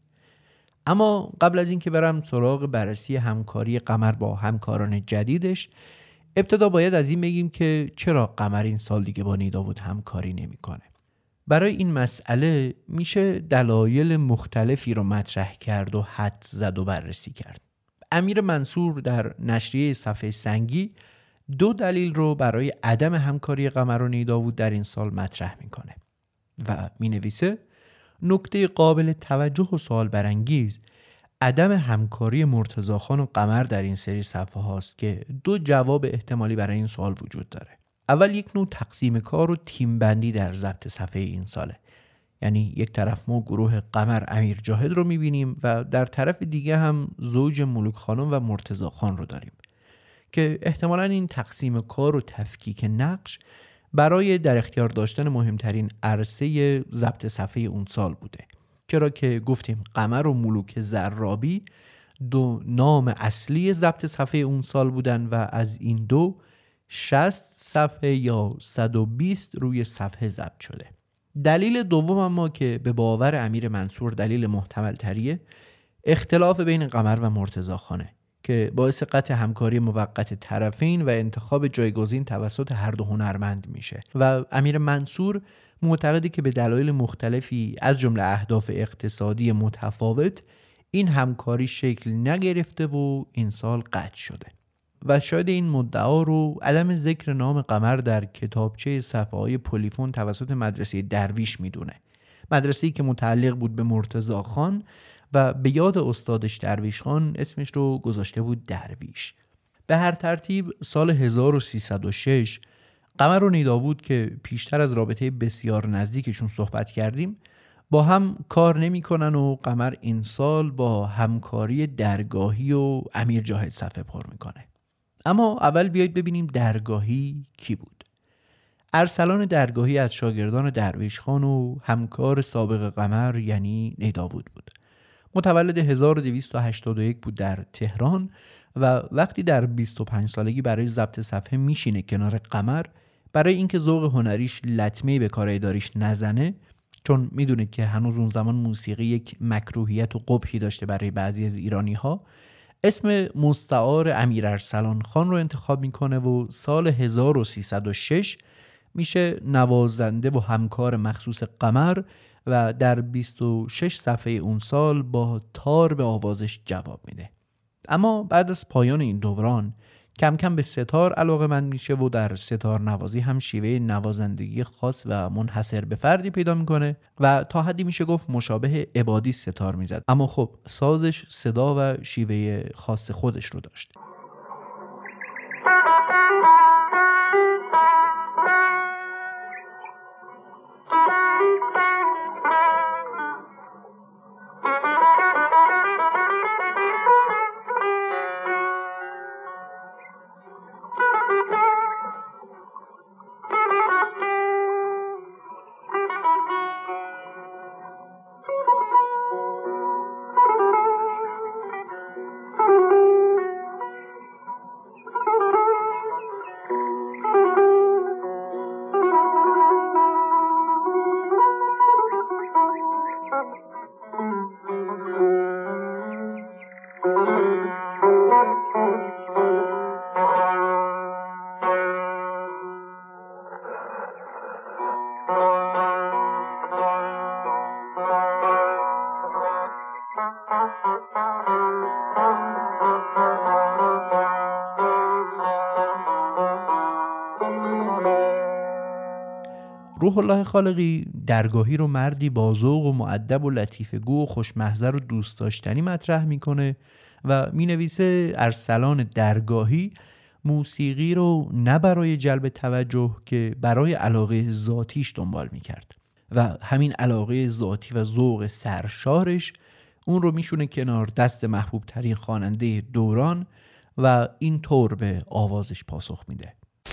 اما قبل از اینکه برم سراغ بررسی همکاری قمر با همکاران جدیدش، ابتدا باید از این بگیم که چرا قمر این سال دیگه با نیداود همکاری نمیکنه. برای این مسئله میشه دلایل مختلفی رو مطرح کرد و حدس زد و بررسی کرد. امیر منصور در نشریه صفحه سنگی 2 دلیل رو برای عدم همکاری قمر و نیداود در این سال مطرح میکنه و مینویسه: نکته قابل توجه و سوال برانگیز عدم همکاری مرتضی خان و قمر در این سری صفحه هاست که 2 جواب احتمالی برای این سوال وجود داره. اول یک نوع تقسیم کار و تیم بندی در ضبط صفحه این ساله. یعنی یک طرف ما گروه قمر امیر جاهد رو میبینیم و در طرف دیگه هم زوج ملوک خانم و مرتضی خان رو داریم که احتمالاً این تقسیم کار و تفکیک نقش برای در اختیار داشتن مهمترین عرصه ضبط صفحه اون سال بوده. چرا که گفتیم قمر و ملوک زرابی 2 نام اصلی ضبط صفحه اون سال بودن و از این 2 60 صفحه یا 120 روی صفحه ضبط شده. دلیل دوم اما که به باور امیر منصور دلیل محتمل تریه، اختلاف بین قمر و مرتضی خانه که باعث قطع همکاری موقت طرفین و انتخاب جایگزین توسط هر 2 هنرمند میشه و امیر منصور معتقده که به دلایل مختلفی از جمله اهداف اقتصادی متفاوت این همکاری شکل نگرفته و این سال قطع شده و شاید این مدعا رو عدم ذکر نام قمر در کتابچه صفحه‌های پلیفون توسط مدرسه درویش میدونه. مدرسه‌ای که متعلق بود به مرتضی خان و به یاد استادش درویش خان اسمش رو گذاشته بود درویش. به هر ترتیب سال 1306 قمر و نیداود که پیشتر از رابطه بسیار نزدیکشون صحبت کردیم با هم کار نمی کنن و قمر این سال با همکاری درگاهی و امیر جاهد صفحه پر میکنه. اما اول بیایید ببینیم درگاهی کی بود. ارسلان درگاهی از شاگردان درویش خان و همکار سابق قمر یعنی نیداود بود. متولد 1281 بود در تهران و وقتی در 25 سالگی برای ضبط صفحه میشینه کنار قمر، برای اینکه ذوق هنریش لطمه‌ای به کار اداریش نزنه، چون میدونه که هنوز اون زمان موسیقی یک مکروهیت و قبحی داشته برای بعضی از ایرانی‌ها، اسم مستعار امیر ارسلان خان رو انتخاب میکنه و سال 1306 میشه نوازنده و همکار مخصوص قمر و در 26 صفحه اون سال با تار به آوازش جواب میده. اما بعد از پایان این دوران کم کم به ستار علاقه‌مند میشه و در ستار نوازی هم شیوه نوازندگی خاص و منحصر به فردی پیدا میکنه و تا حدی میشه گفت مشابه عبادی ستار میزد، اما خب سازش صدا و شیوه خاص خودش رو داشت. روح الله خالقی درگاهی رو مردی با ذوق و مؤدب و لطیفه‌گو و خوشمحضر و دوست داشتنی مطرح میکنه و مینویسه ارسلان درگاهی موسیقی رو نه برای جلب توجه که برای علاقه ذاتیش دنبال میکرد و همین علاقه ذاتی و ذوق سرشارش اون رو میشونه کنار دست محبوب ترین خواننده دوران و این طور به آوازش پاسخ میده.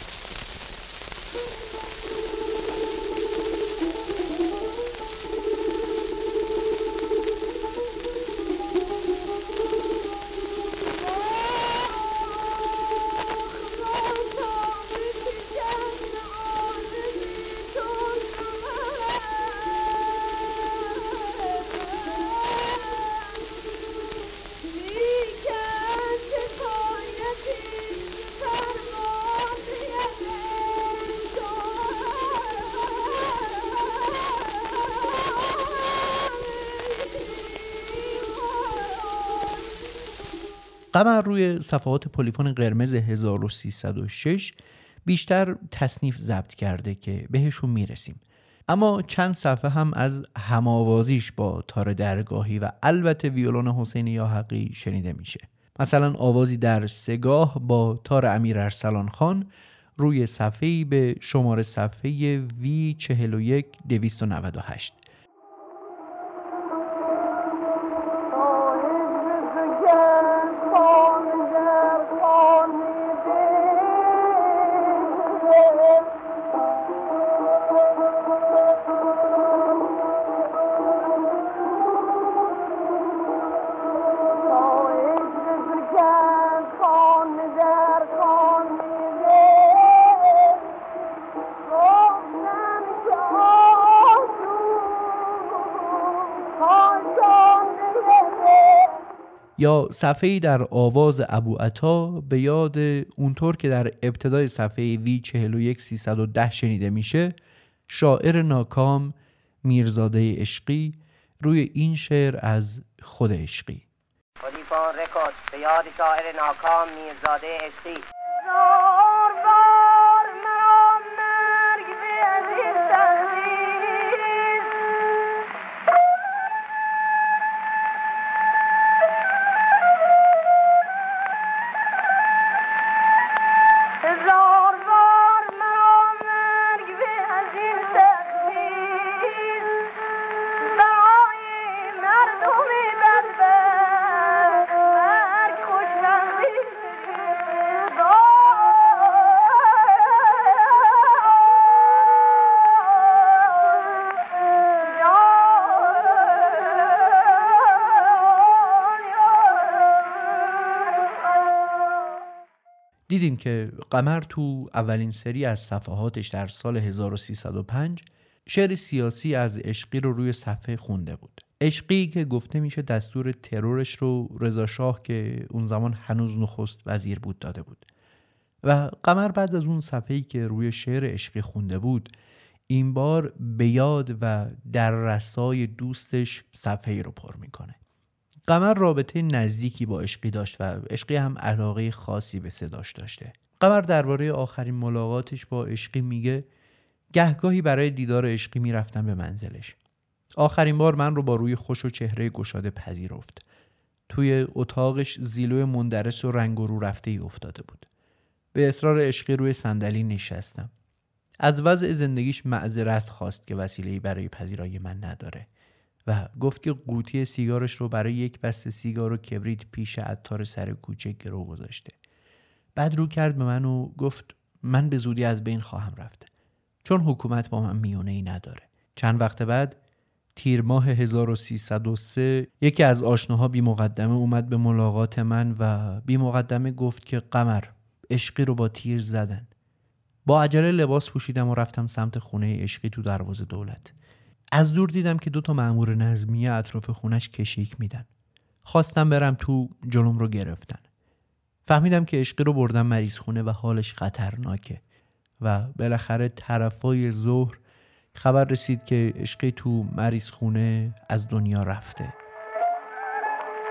قمر روی صفحات پلیفون قرمز 1306 بیشتر تصنیف ضبط کرده که بهشون میرسیم، اما چند صفحه هم از هم‌آوازیش با تار درگاهی و البته ویولون حسین یاحقی شنیده میشه. مثلا آوازی در سگاه با تار امیر ارسلان خان روی صفحه‌ای به شماره صفحه V41298. یا صفحه‌ای در آواز ابوعطا به یاد اونطور که در ابتدای صفحه V41310 شنیده میشه، شاعر ناکام میرزاده عشقی روی این شعر از خود عشقی. پلیفون رکورد به یاد شاعر ناکام میرزاده عشقی. دیدیم که قمر تو اولین سری از صفحاتش در سال 1305 شعر سیاسی از عشقی رو روی صفحه خونده بود. عشقی که گفته میشه دستور ترورش رو رضا شاه که اون زمان هنوز نخست وزیر بود داده بود. و قمر بعد از اون صفحه‌ای که روی شعر عشقی خونده بود، این بار به یاد و در رسای دوستش صفحه‌ای رو پر میکنه. قمر رابطه نزدیکی با عشقی داشت و عشقی هم علاقه خاصی به صداش داشته. قمر درباره آخرین ملاقاتش با عشقی میگه گهگاهی برای دیدار عشقی میرفتم به منزلش. آخرین بار من رو با روی خوش و چهره گشاده پذیرفت. توی اتاقش زیلوی مندرس و رنگ و رو رفته ای افتاده بود. به اصرار عشقی روی صندلی نشستم. از وضع زندگیش معذرت خواست که وسیله‌ای برای پذیرایی من نداره و گفت که قوطی سیگارش رو برای یک بسته سیگار و کبریت پیش عطار سر کوچه گرو گذاشته. بعد رو کرد به من و گفت من به زودی از بین خواهم رفت چون حکومت با من میونه‌ای نداره. چند وقت بعد تیر ماه 1303 یکی از آشناها بی مقدمه اومد به ملاقات من و بی مقدمه گفت که قمر عشقی رو با تیر زدن. با عجله لباس پوشیدم و رفتم سمت خونه عشقی تو دروازه دولت. از دور دیدم که 2 مأمور نظمیه اطراف خونش کشیک میدن. خواستم برم تو، جلوم رو گرفتن. فهمیدم که عشقی رو بردن مریض خونه و حالش خطرناکه و بالاخره طرفای ظهر خبر رسید که عشقی تو مریض خونه از دنیا رفته.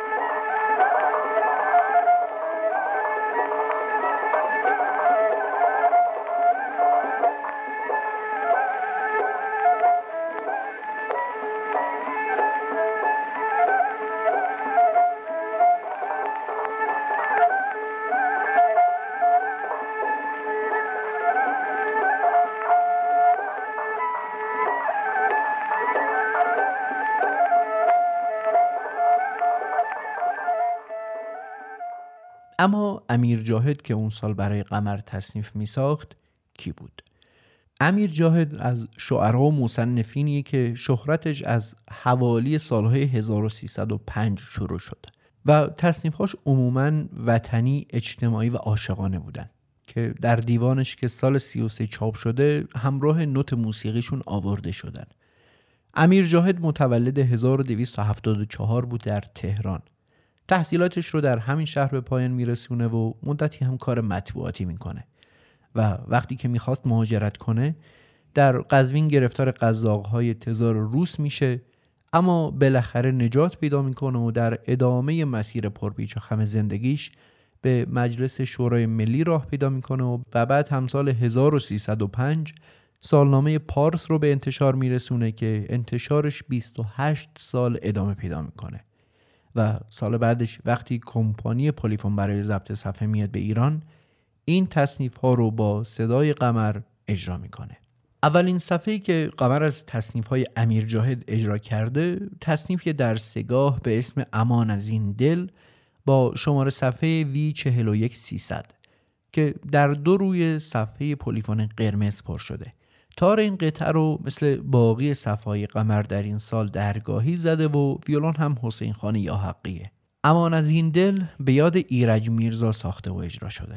اما امیر جاهد که اون سال برای قمر تصنیف می ساخت کی بود؟ امیر جاهد از شعرا و مصنفینیه که شهرتش از حوالی سالهای 1305 شروع شد و تصنیفاش عموماً وطنی، اجتماعی و عاشقانه بودن که در دیوانش که سال 33 چاپ شده همراه نوت موسیقیشون آورده شدن. امیر جاهد متولد 1274 بود در تهران. تحصیلاتش رو در همین شهر به پایان میرسونه و مدتی هم کار مطبوعاتی میکنه و وقتی که میخواست مهاجرت کنه در قزوین گرفتار قزاق‌های تزار روس میشه، اما بالاخره نجات پیدا میکنه و در ادامه مسیر پرپیچ و خم زندگیش به مجلس شورای ملی راه پیدا میکنه و بعد هم سال 1305 سالنامه پارس رو به انتشار میرسونه که انتشارش 28 سال ادامه پیدا میکنه و سال بعدش وقتی کمپانی پلیفون برای ضبط صفحه میاد به ایران، این تصنیف ها رو با صدای قمر اجرا میکنه. اولین صفحه‌ای که قمر از تصنیف های امیر جاهد اجرا کرده تصنیفی در سگاه به اسم امان از این دل با شماره صفحه V41300 که در 2 روی صفحه پلیفون قرمز پر شده. تار این قطعه رو مثل باقی صفحه‌های قمر در این سال درگاهی زده و ویولون هم حسین خان یاحقیه. امان از این دل به یاد ایرج میرزا ساخته و اجرا شده.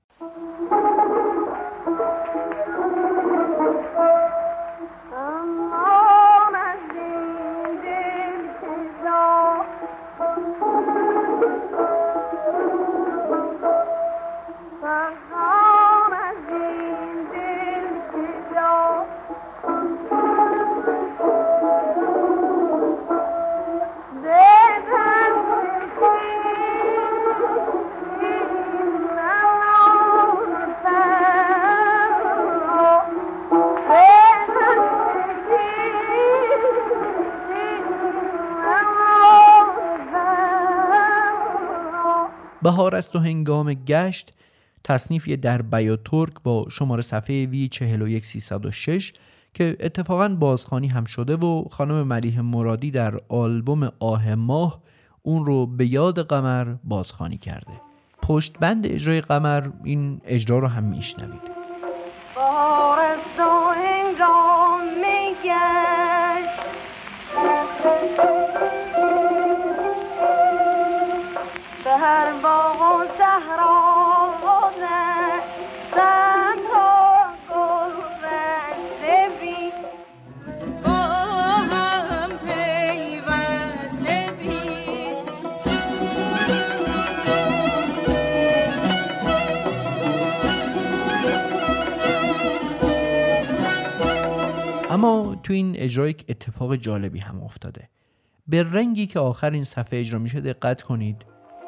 بهار است و هنگام گشت تصنیفی در بیاترک با شماره صفحه V41306 که اتفاقاً بازخوانی هم شده و خانم ملیحه مرادی در آلبوم آه ماه اون رو به یاد قمر بازخوانی کرده. پشت بند اجرای قمر این اجرا رو هم میشنوید. بهار است و هنگام گشت به هر باغ و صحرا و صحرا گل رنگ بی با هم پیوسته بی. اما تو این اجرا یک اتفاق جالبی هم افتاده. به رنگی که آخر این صفحه اجرا میشه دقت کنید.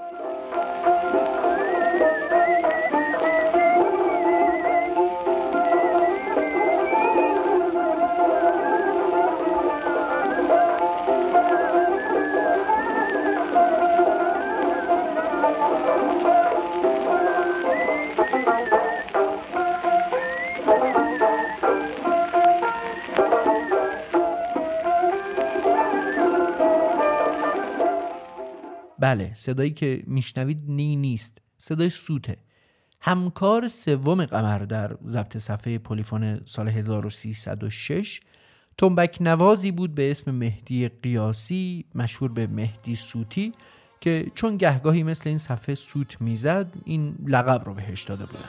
بله، صدایی که میشنوید نیست، صدای سوته. همکار سوم قمر در ضبط صفحه پلیفون سال 1306 تنبک نوازی بود به اسم مهدی قیاسی، مشهور به مهدی سوتی، که چون گهگاهی مثل این صفحه سوت میزد این لقب رو بهش داده بودن.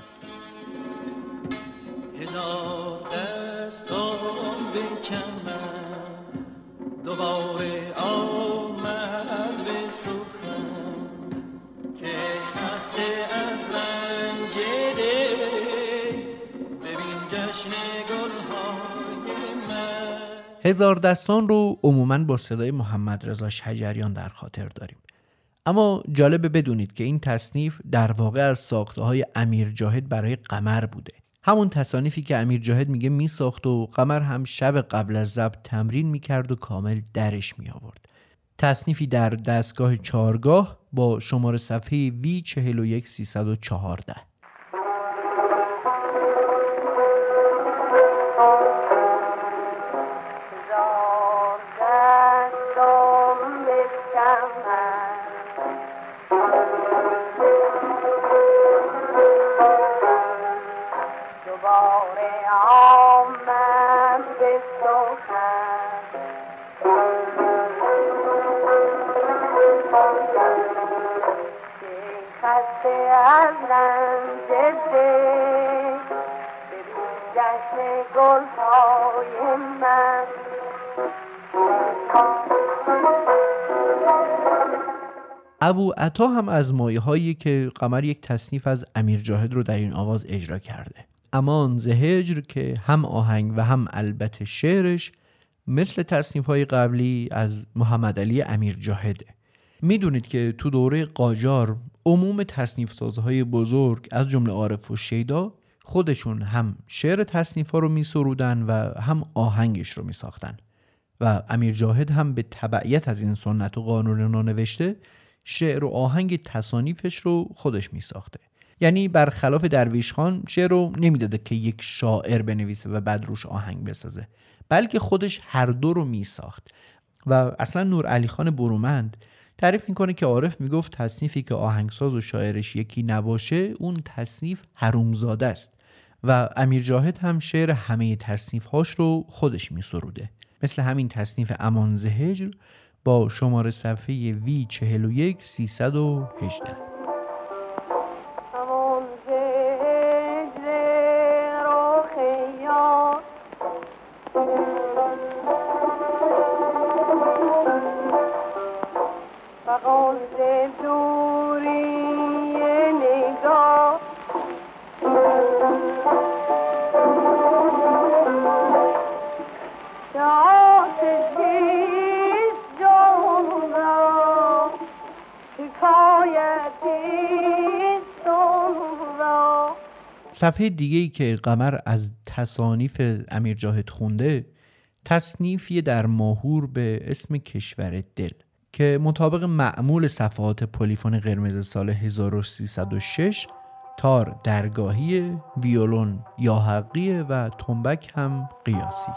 هزار دستم بکمم دوباره آمد به سخن که خسته از رنج دل ببین جشن گلهای من. هزار دستان رو عموماً با صدای محمد رضا شجریان در خاطر داریم، اما جالبه بدونید که این تصنیف در واقع از ساخته‌های امیر جاهد برای قمر بوده. همون تصانیفی که امیر جاهد میگه میساخت و قمر هم شب قبل از ضبط تمرین میکرد و کامل درش می آورد. تصنیفی در دستگاه چارگاه با شماره صفحه V41314. خسته از رنج دل ببین جشن گلهای من. ابوعطا هم از مایه‌هایی که قمر یک تصنیف از امیر جاهد رو در این آواز اجرا کرده. امان ز هجر که هم آهنگ و هم البته شعرش مثل تصنیف‌های قبلی از محمد علی امیر جاهده. میدونید که تو دوره قاجار عموم تصنیف سازهای بزرگ از جمله عارف و شیدا خودشون هم شعر تصنیف‌ها رو می‌سرودن و هم آهنگش رو می‌ساختن و امیر جاهد هم به تبعیت از این سنت و قانون نانوشته شعر و آهنگ تصانیفش رو خودش می‌ساخته. یعنی برخلاف درویش خان شعر رو نمیداده که یک شاعر بنویسه و بعد روش آهنگ بسازه، بلکه خودش هر دو رو میساخت. و اصلا نورعلی خان برومند تعریف میکنه که عارف میگفت تصنیفی که آهنگساز و شاعرش یکی نباشه اون تصنیف حرومزاده است و امیر جاهد هم شعر همه تصنیفهاش رو خودش میسروده. مثل همین تصنیف امان ز هجر با شماره صفحه V41 318. صفحه دیگه‌ای که قمر از تصانیف امیر جاهد خونده تصنیفی در ماهور به اسم کشور دل که مطابق معمول صفحات پلیفون قرمز سال 1306 تار درگاهی، ویولون یا حقیه و تنبک هم قیاسی.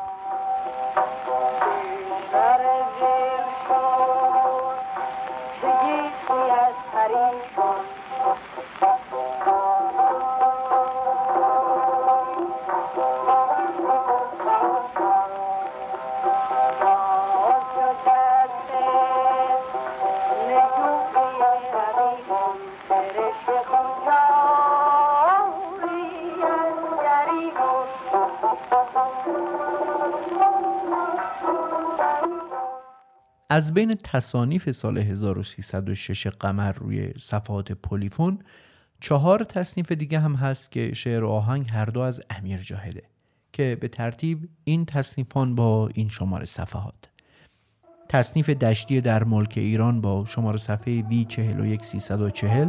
از بین تصانیف سال 1306 قمر روی صفحات پلیفون 4 تصنیف دیگه هم هست که شعر و آهنگ هر دو از امیر جاهده که به ترتیب این تصنیفان با این شماره صفحات: تصنیف دشتی در ملک ایران با شماره صفحه V41 340،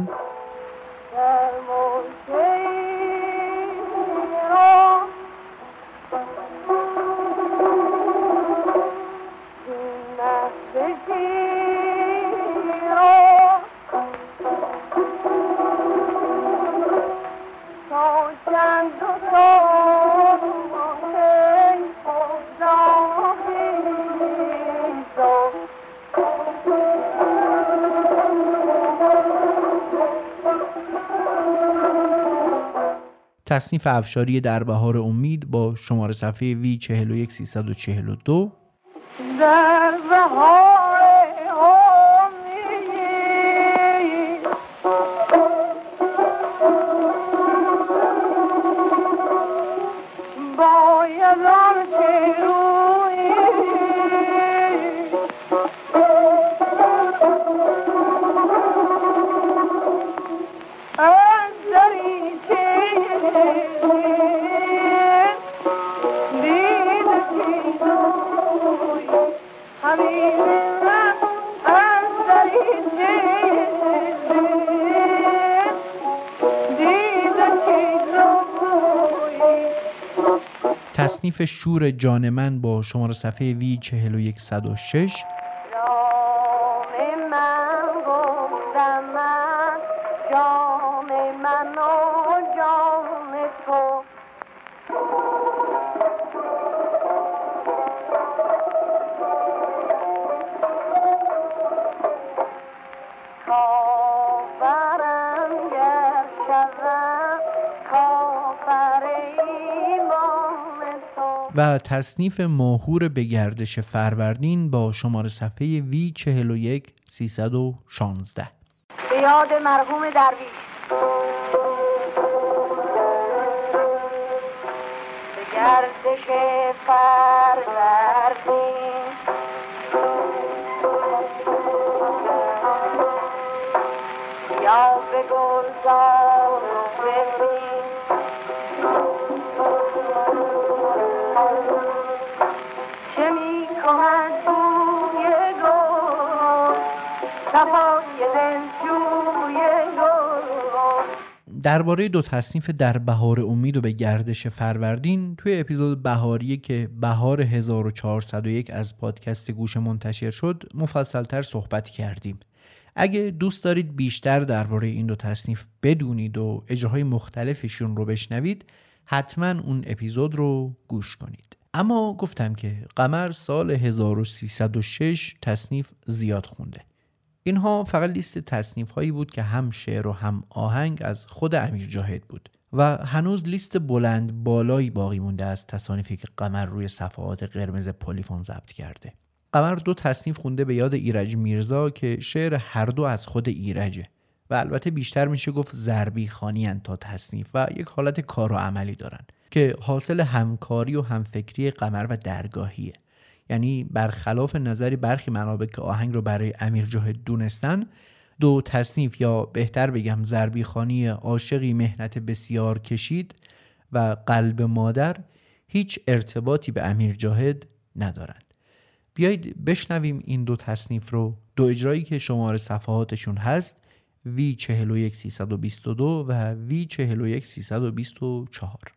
تصنیف افشاری در بهار امید با شماره صفحه V41 342، در بهار امید باید آنچه روی از دریچه تصنیف شور جان من با شماره صفحه V41 106، و تصنیف ماهور به گردش فروردین با شماره صفحه V41 316. به یاد مرحوم درویش. به گردش فروردین یا به گلزار و ببین چه می کند توی گل صفای دلجوی گل. درباره دو تصنیف در بهار امید و به گردش فروردین توی اپیزود بهاری که بهار 1401 از پادکست گوشه منتشر شد مفصلتر صحبت کردیم. اگه دوست دارید بیشتر درباره این دو تصنیف بدونید و اجراهای مختلفشون رو بشنوید حتما اون اپیزود رو گوش کنید. اما گفتم که قمر سال 1306 تصنیف زیاد خونده. اینها فقط لیست تصنیف هایی بود که هم شعر و هم آهنگ از خود امیر جاهد بود و هنوز لیست بلند بالایی باقی مونده از تصانیفی که قمر روی صفحات قرمز پلیفون ضبط کرده. قمر 2 تصنیف خونده به یاد ایرج میرزا که شعر هر دو از خود ایرجه و البته بیشتر میشه گفت ضربی خوانی تا تصنیف و یک حالت کار و عملی دارن که حاصل همکاری و همفکری قمر و درگاهیه. یعنی برخلاف نظری برخی منابع که آهنگ رو برای امیر جاهد دونستن، 2 تصنیف یا بهتر بگم ضربی خوانی عاشقی مهنت بسیار کشید و قلب مادر هیچ ارتباطی به امیر جاهد ندارند. بیایید بشنویم این 2 تصنیف رو، 2 اجرایی که شماره صفحاتشون هست V41322 و V41324.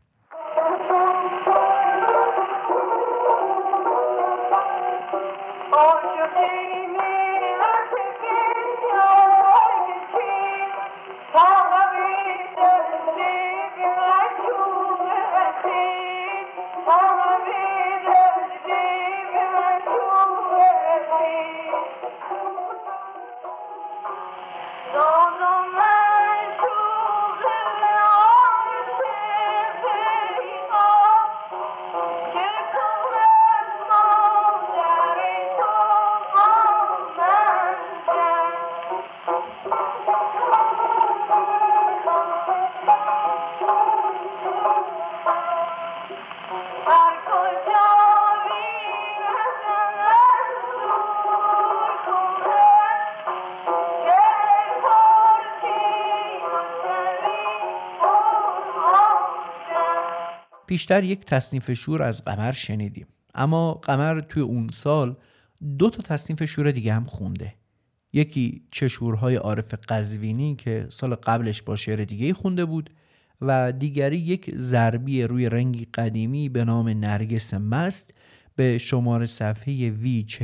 بیشتر یک تصنیف شور از قمر شنیدیم، اما قمر توی اون سال 2 تصنیف شور دیگه هم خونده. یکی چه شورهای عارف قزوینی که سال قبلش با شعر دیگه خونده بود و دیگری یک ضربی روی رنگی قدیمی به نام نرگس مست به شماره صفحه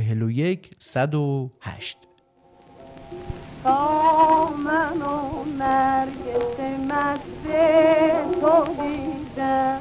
V41108. تا من و نرگس مست تو دیدم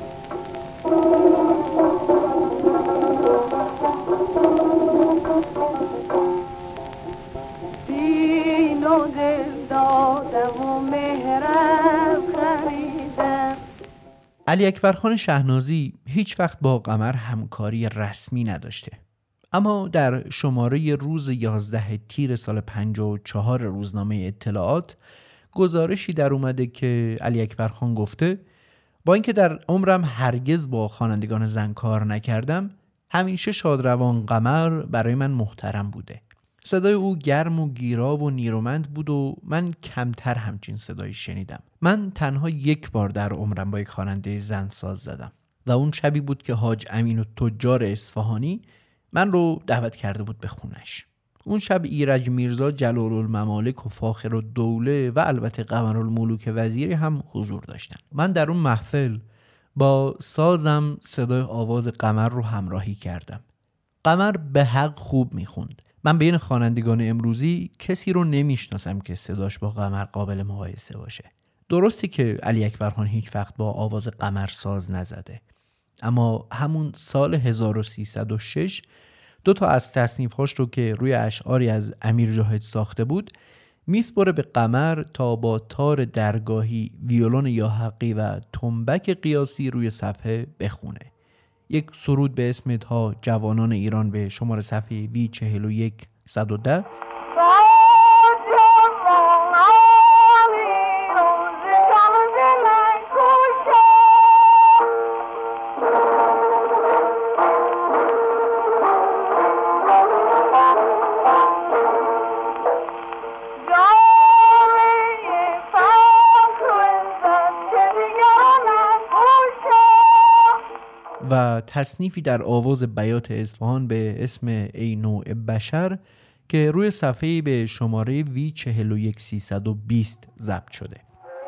دین و دل دادم و مهرم خریدم. علی اکبرخان شهنازی هیچ وقت با قمر همکاری رسمی نداشته، اما در شماره روز 11 تیر سال 54 روزنامه اطلاعات گزارشی در اومده که علی اکبرخان گفته با اینکه در عمرم هرگز با خوانندگان زن کار نکردم، همیشه شادروان قمر برای من محترم بوده. صدای او گرم و گیرا و نیرومند بود و من کمتر همچین صدایی شنیدم. من تنها 1 بار در عمرم با یک خواننده زن ساز زدم و اون شبی بود که حاج امین و تجار اصفهانی من رو دعوت کرده بود به خونش. اون شب ایرج میرزا جلال الممالک و فاخر الدوله و البته قمرالملوک وزیری هم حضور داشتن. من در اون محفل با سازم صدای آواز قمر رو همراهی کردم. قمر به حق خوب میخوند. من بین خوانندگان امروزی کسی رو نمیشناسم که صداش با قمر قابل مقایسه باشه. درسته که علی اکبرخان هیچ وقت با آواز قمر ساز نزده، اما همون سال 1306 2 از تصنیف‌هاش رو که روی اشعاری از امیر جاهد ساخته بود میسپره به قمر تا با تار درگاهی، ویولون یا حقی و تنبک قیاسی روی صفحه بخونه. یک سرود به اسم تا جوانان ایران به شماره صفحه V41110. و تصنیفی در آواز بیات اصفهان به اسم ای نوع بشر که روی صفحه به شماره V41320 ضبط شده.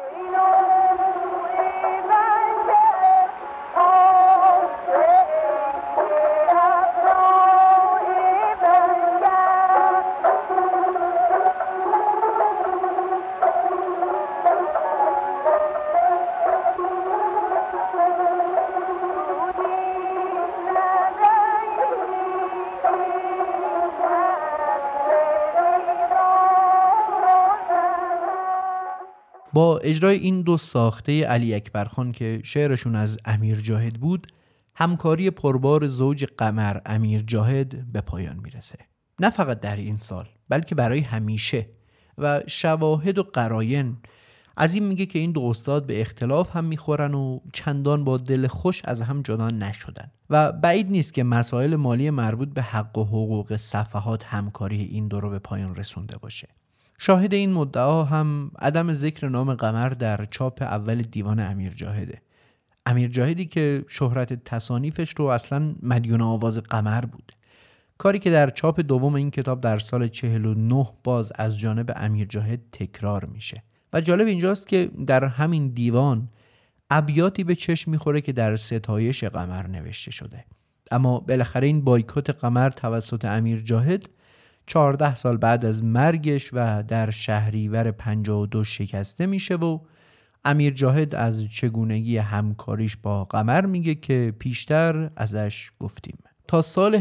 با اجرای این دو ساخته علی اکبرخان که شعرشون از امیر جاهد بود، همکاری پربار زوج قمر امیر جاهد به پایان میرسه. نه فقط در این سال بلکه برای همیشه، و شواهد و قراین از این میگه که این دو استاد به اختلاف هم میخورن و چندان با دل خوش از هم جدا نشدن و بعید نیست که مسائل مالی مربوط به حق و حقوق صفحات همکاری این دو رو به پایان رسونده باشه. شاهد این مدعا هم عدم ذکر نام قمر در چاپ اول دیوان امیر جاهده. امیر جاهدی که شهرت تصانیفش رو اصلا مدیون آواز قمر بود، کاری که در چاپ دوم این کتاب در سال 49 باز از جانب امیر جاهد تکرار میشه. و جالب اینجاست که در همین دیوان ابیاتی به چشم میخوره که در ستایش قمر نوشته شده، اما بالاخره این بایکوت قمر توسط امیر جاهد 14 سال بعد از مرگش و در شهریور 52 شکسته میشه و امیر جاهد از چگونگی همکاریش با قمر میگه که پیشتر ازش گفتیم. تا سال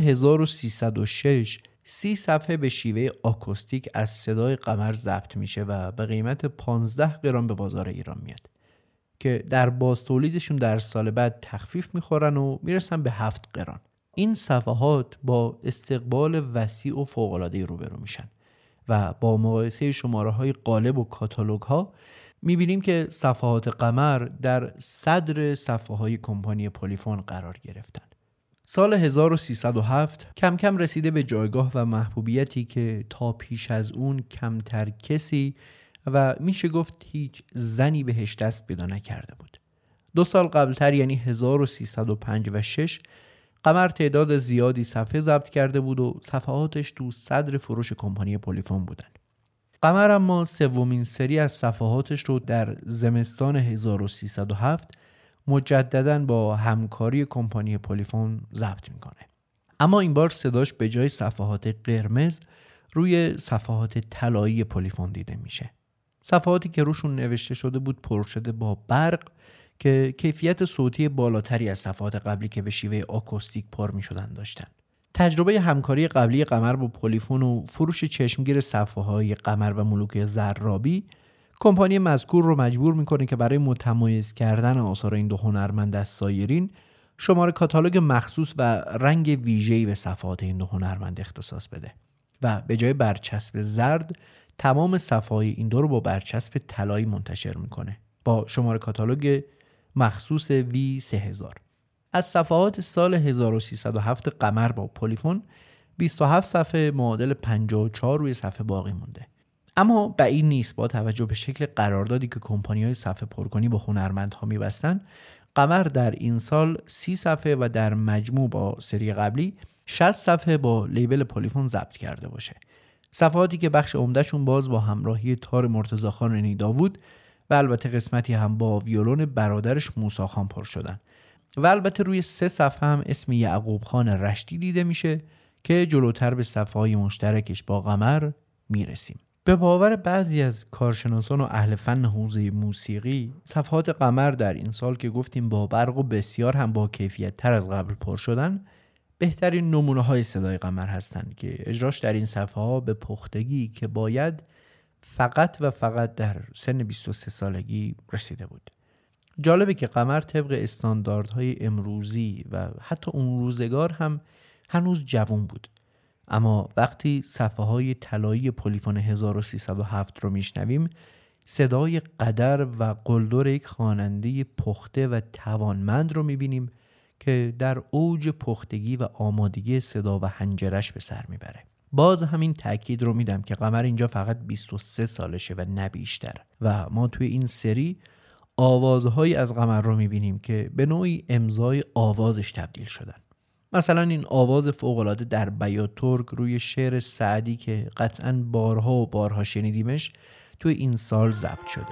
1306 30 صفحه به شیوه آکوستیک از صدای قمر ضبط میشه و به قیمت 15 قران به بازار ایران میاد که در بازتولیدشون در سال بعد تخفیف میخورن و میرسن به 7 قران. این صفحات با استقبال وسیع و فوق‌العاده روبرو میشن و با مقایسه شماره‌های قالب و کاتالوگ‌ها میبینیم که صفحات قمر در صدر صفحه‌های کمپانی پلیفون قرار گرفتن. سال 1307 کم کم رسیده به جایگاه و محبوبیتی که تا پیش از اون کمتر کسی و میشه گفت هیچ زنی بهش دست پیدا نکرده بود. 2 سال قبلتر یعنی 1305 و 6 قمر تعداد زیادی صفحه ضبط کرده بود و صفحاتش تو صدر فروش کمپانی پلیفون بودن. قمر اما سومین سری از صفحاتش رو در زمستان 1307 مجدداً با همکاری کمپانی پلیفون ضبط میکنه. اما این بار صداش به جای صفحات قرمز روی صفحات طلایی پلیفون دیده میشه. صفحاتی که روشون نوشته شده بود پر شده با برق که کیفیت صوتی بالاتری از صفحات قبلی که به شیوه آکوستیک پر میشدن داشتن. تجربه همکاری قبلی قمر با پلیفون و فروش چشمگیر صفحه‌های قمر و ملوک زرابی کمپانی مذکور رو مجبور میکنه که برای متمایز کردن آثار این دو هنرمند از سایرین شماره کاتالوگ مخصوص و رنگ ویژه‌ای به صفحات این دو هنرمند اختصاص بده و به جای برچسب زرد تمام صفحه‌های این دو رو با برچسب طلایی منتشر میکنه با شماره کاتالوگ مخصوص V3000. از صفحات سال 1307 قمر با پلیفون 27 صفحه معادل 54 روی صفحه باقی مونده. اما بعید نیست با توجه به شکل قراردادی که کمپانی‌های صفحه پرکنی با هنرمندها می‌بستن، قمر در این سال 30 صفحه و در مجموع با سری قبلی 60 صفحه با لیبل پلیفون ضبط کرده باشه. صفحاتی که بخش عمده‌شون باز با همراهی تار مرتضی‌خان نیداود و البته قسمتی هم با ویولون برادرش موسی خان پر شدن. و البته روی 3 صفحه هم اسم یعقوب خان رشتی دیده میشه که جلوتر به صفحه‌های مشترکش با قمر میرسیم. به باور بعضی از کارشناسان و اهل فن حوزه موسیقی، صفحات قمر در این سال که گفتیم با برق و بسیار هم با کیفیت تر از قبل پر شدن، بهترین نمونه های صدای قمر هستند که اجراش در این صفحه ها به پختگی که باید فقط و فقط در سن 23 سالگی رسیده بود. جالبه که قمر طبق استانداردهای امروزی و حتی اون روزگار هم هنوز جوان بود، اما وقتی صفحه های طلایی پلیفون 1307 رو میشنویم صدای قدر و قلدر یک خواننده پخته و توانمند رو میبینیم که در اوج پختگی و آمادگی صدا و حنجرش به سر میبره. باز همین تأکید رو میدم که قمر اینجا فقط 23 سالشه و نه بیشتر و ما توی این سری آوازهایی از قمر رو میبینیم که به نوعی امضای آوازش تبدیل شدن. مثلا این آواز فوق‌العاده در بیات ترک روی شعر سعدی که قطعاً بارها و بارها شنیدیمش توی این سال ضبط شده.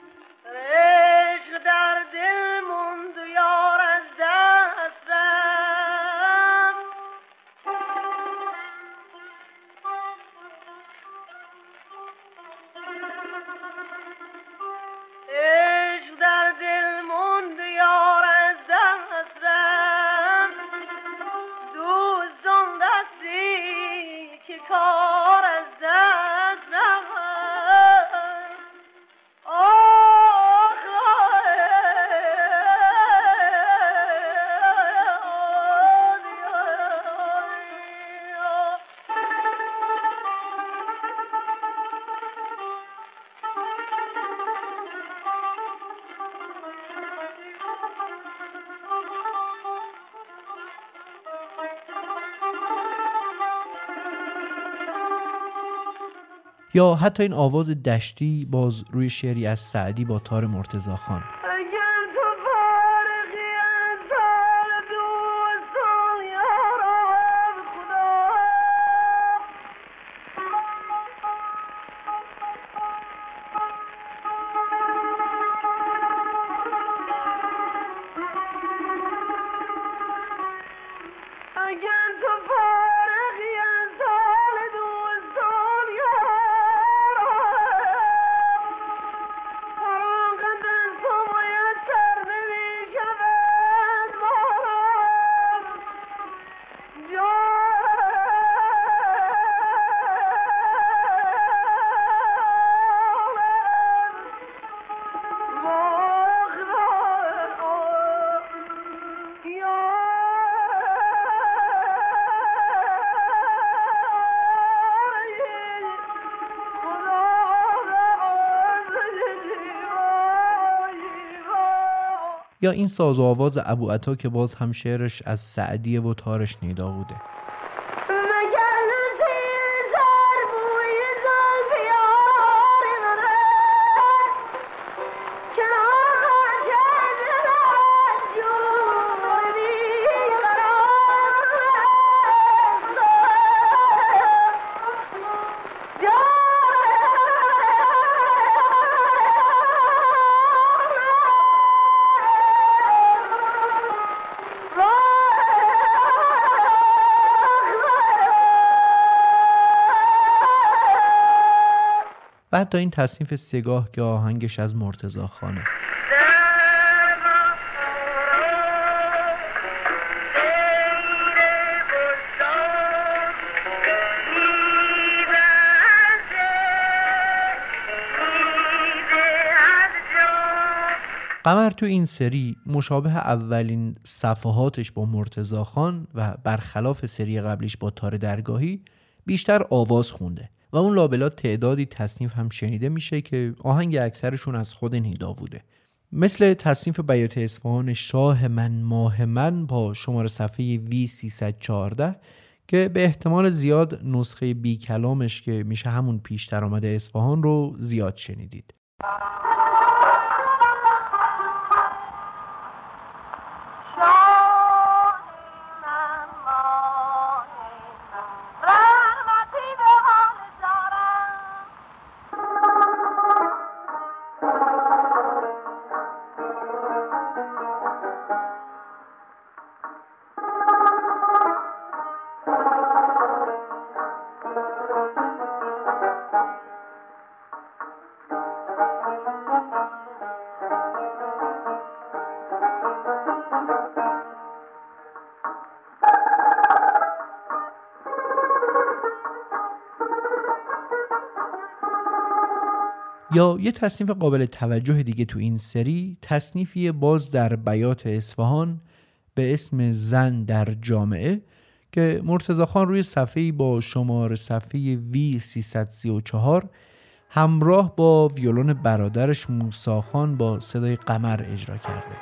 یا حتی این آواز دشتی باز روی شعری از سعدی با تار مرتضی خان. یا این ساز و آواز ابوعطا که باز هم شعرش از سعدیه و تارش نیدا بوده. بعد تا این تصنیف سگاه که آهنگش از مرتضی خانه. قمر تو این سری مشابه اولین صفحاتش با مرتضی خان و برخلاف سری قبلیش با تار درگاهی بیشتر آواز خونده و اون لابلا تعدادی تصنیف هم شنیده میشه که آهنگ اکثرشون از خود نیدا بوده، مثل تصنیف بیات اصفهان شاه من ماه من با شماره صفحه V314 که به احتمال زیاد نسخه بی کلامش که میشه همون پیشتر آمده اصفهان رو زیاد شنیدید. یا یه تصنیف قابل توجه دیگه تو این سری تصنیفی باز در بیات اصفهان به اسم زن در جامعه که مرتضی خان روی صفحه‌ای با شماره صفحه V334 همراه با ویولون برادرش موسی خان با صدای قمر اجرا کرده.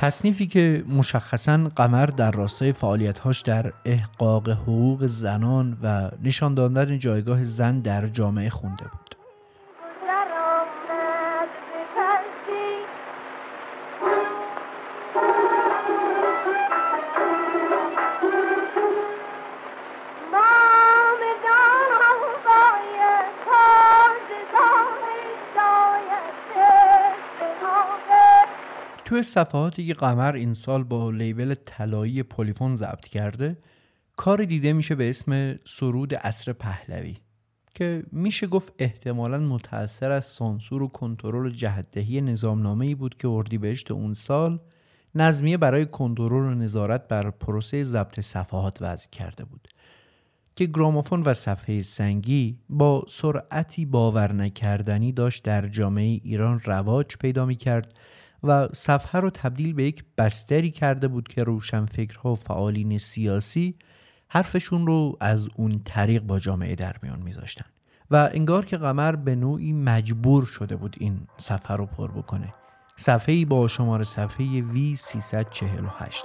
تصنیفی که مشخصاً قمر در راستای فعالیت‌هاش در احقاق حقوق زنان و نشان دادن جایگاه زن در جامعه خونده بود. توی صفحاتی که قمر این سال با لیبل طلایی پلیفون ضبط کرده، کاری دیده میشه به اسم سرود عصر پهلوی که میشه گفت احتمالاً متأثر از سانسور و کنترل و جهت‌دهی نظامنامه‌ای بود که اردیبهشت اون سال نظمیه برای کنترل و نظارت بر پروسه ضبط صفحات وضع کرده بود که گرامافون و صفحه سنگی با سرعتی باور نکردنی داشت در جامعه ایران رواج پیدا می‌کرد و صفحه رو تبدیل به یک بستری کرده بود که روشنفکرها و فعالین سیاسی حرفشون رو از اون طریق با جامعه در میان میذاشتن و انگار که قمر به نوعی مجبور شده بود این صفحه رو پر بکنه. صفحه‌ای با شماره صفحه V348.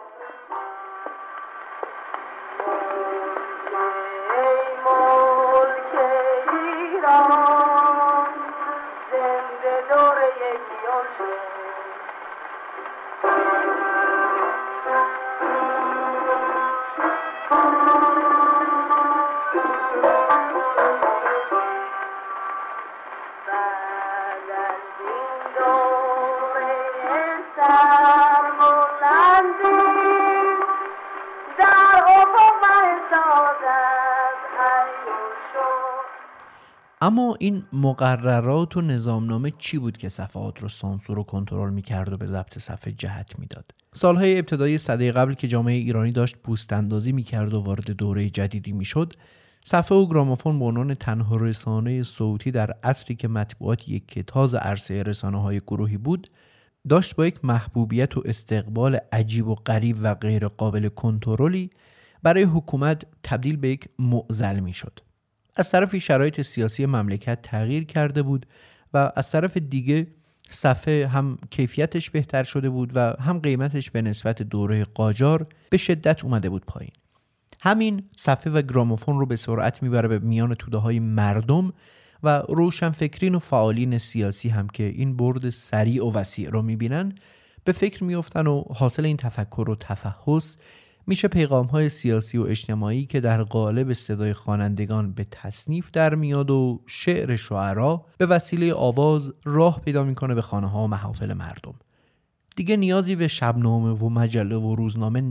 اما این مقررات و نظامنامه چی بود که صفحات رو سانسور و کنترل می‌کرد و به ضبط صفحه جهت میداد؟ سالهای ابتدایی سده قبل که جامعه ایرانی داشت پوست اندازی می‌کرد و وارد دوره جدیدی میشد، صفحه و گرامافون به عنوان تنها رسانه صوتی در عصری که مطبوعات یک تاز عرصه رسانه‌های گروهی بود، داشت با یک محبوبیت و استقبال عجیب و غریب و غیر قابل کنترلی برای حکومت تبدیل به یک معضل میشد. از طرفی شرایط سیاسی مملکت تغییر کرده بود و از طرف دیگه صفحه هم کیفیتش بهتر شده بود و هم قیمتش به نسبت دوره قاجار به شدت اومده بود پایین. همین صفحه و گرامافون رو به سرعت میبره به میان توده‌های مردم و روشنفکرین و فعالین سیاسی هم که این برد سریع و وسیع رو میبینن به فکر میافتن و حاصل این تفکر و تفحص میشه پیغام‌های سیاسی و اجتماعی که در قالب صدای خوانندگان به تصنیف در میاد و شعر شعرا به وسیله آواز راه پیدا میکنه به خانه‌ها و محافل مردم. دیگه نیازی به شبنامه و مجله و روزنامه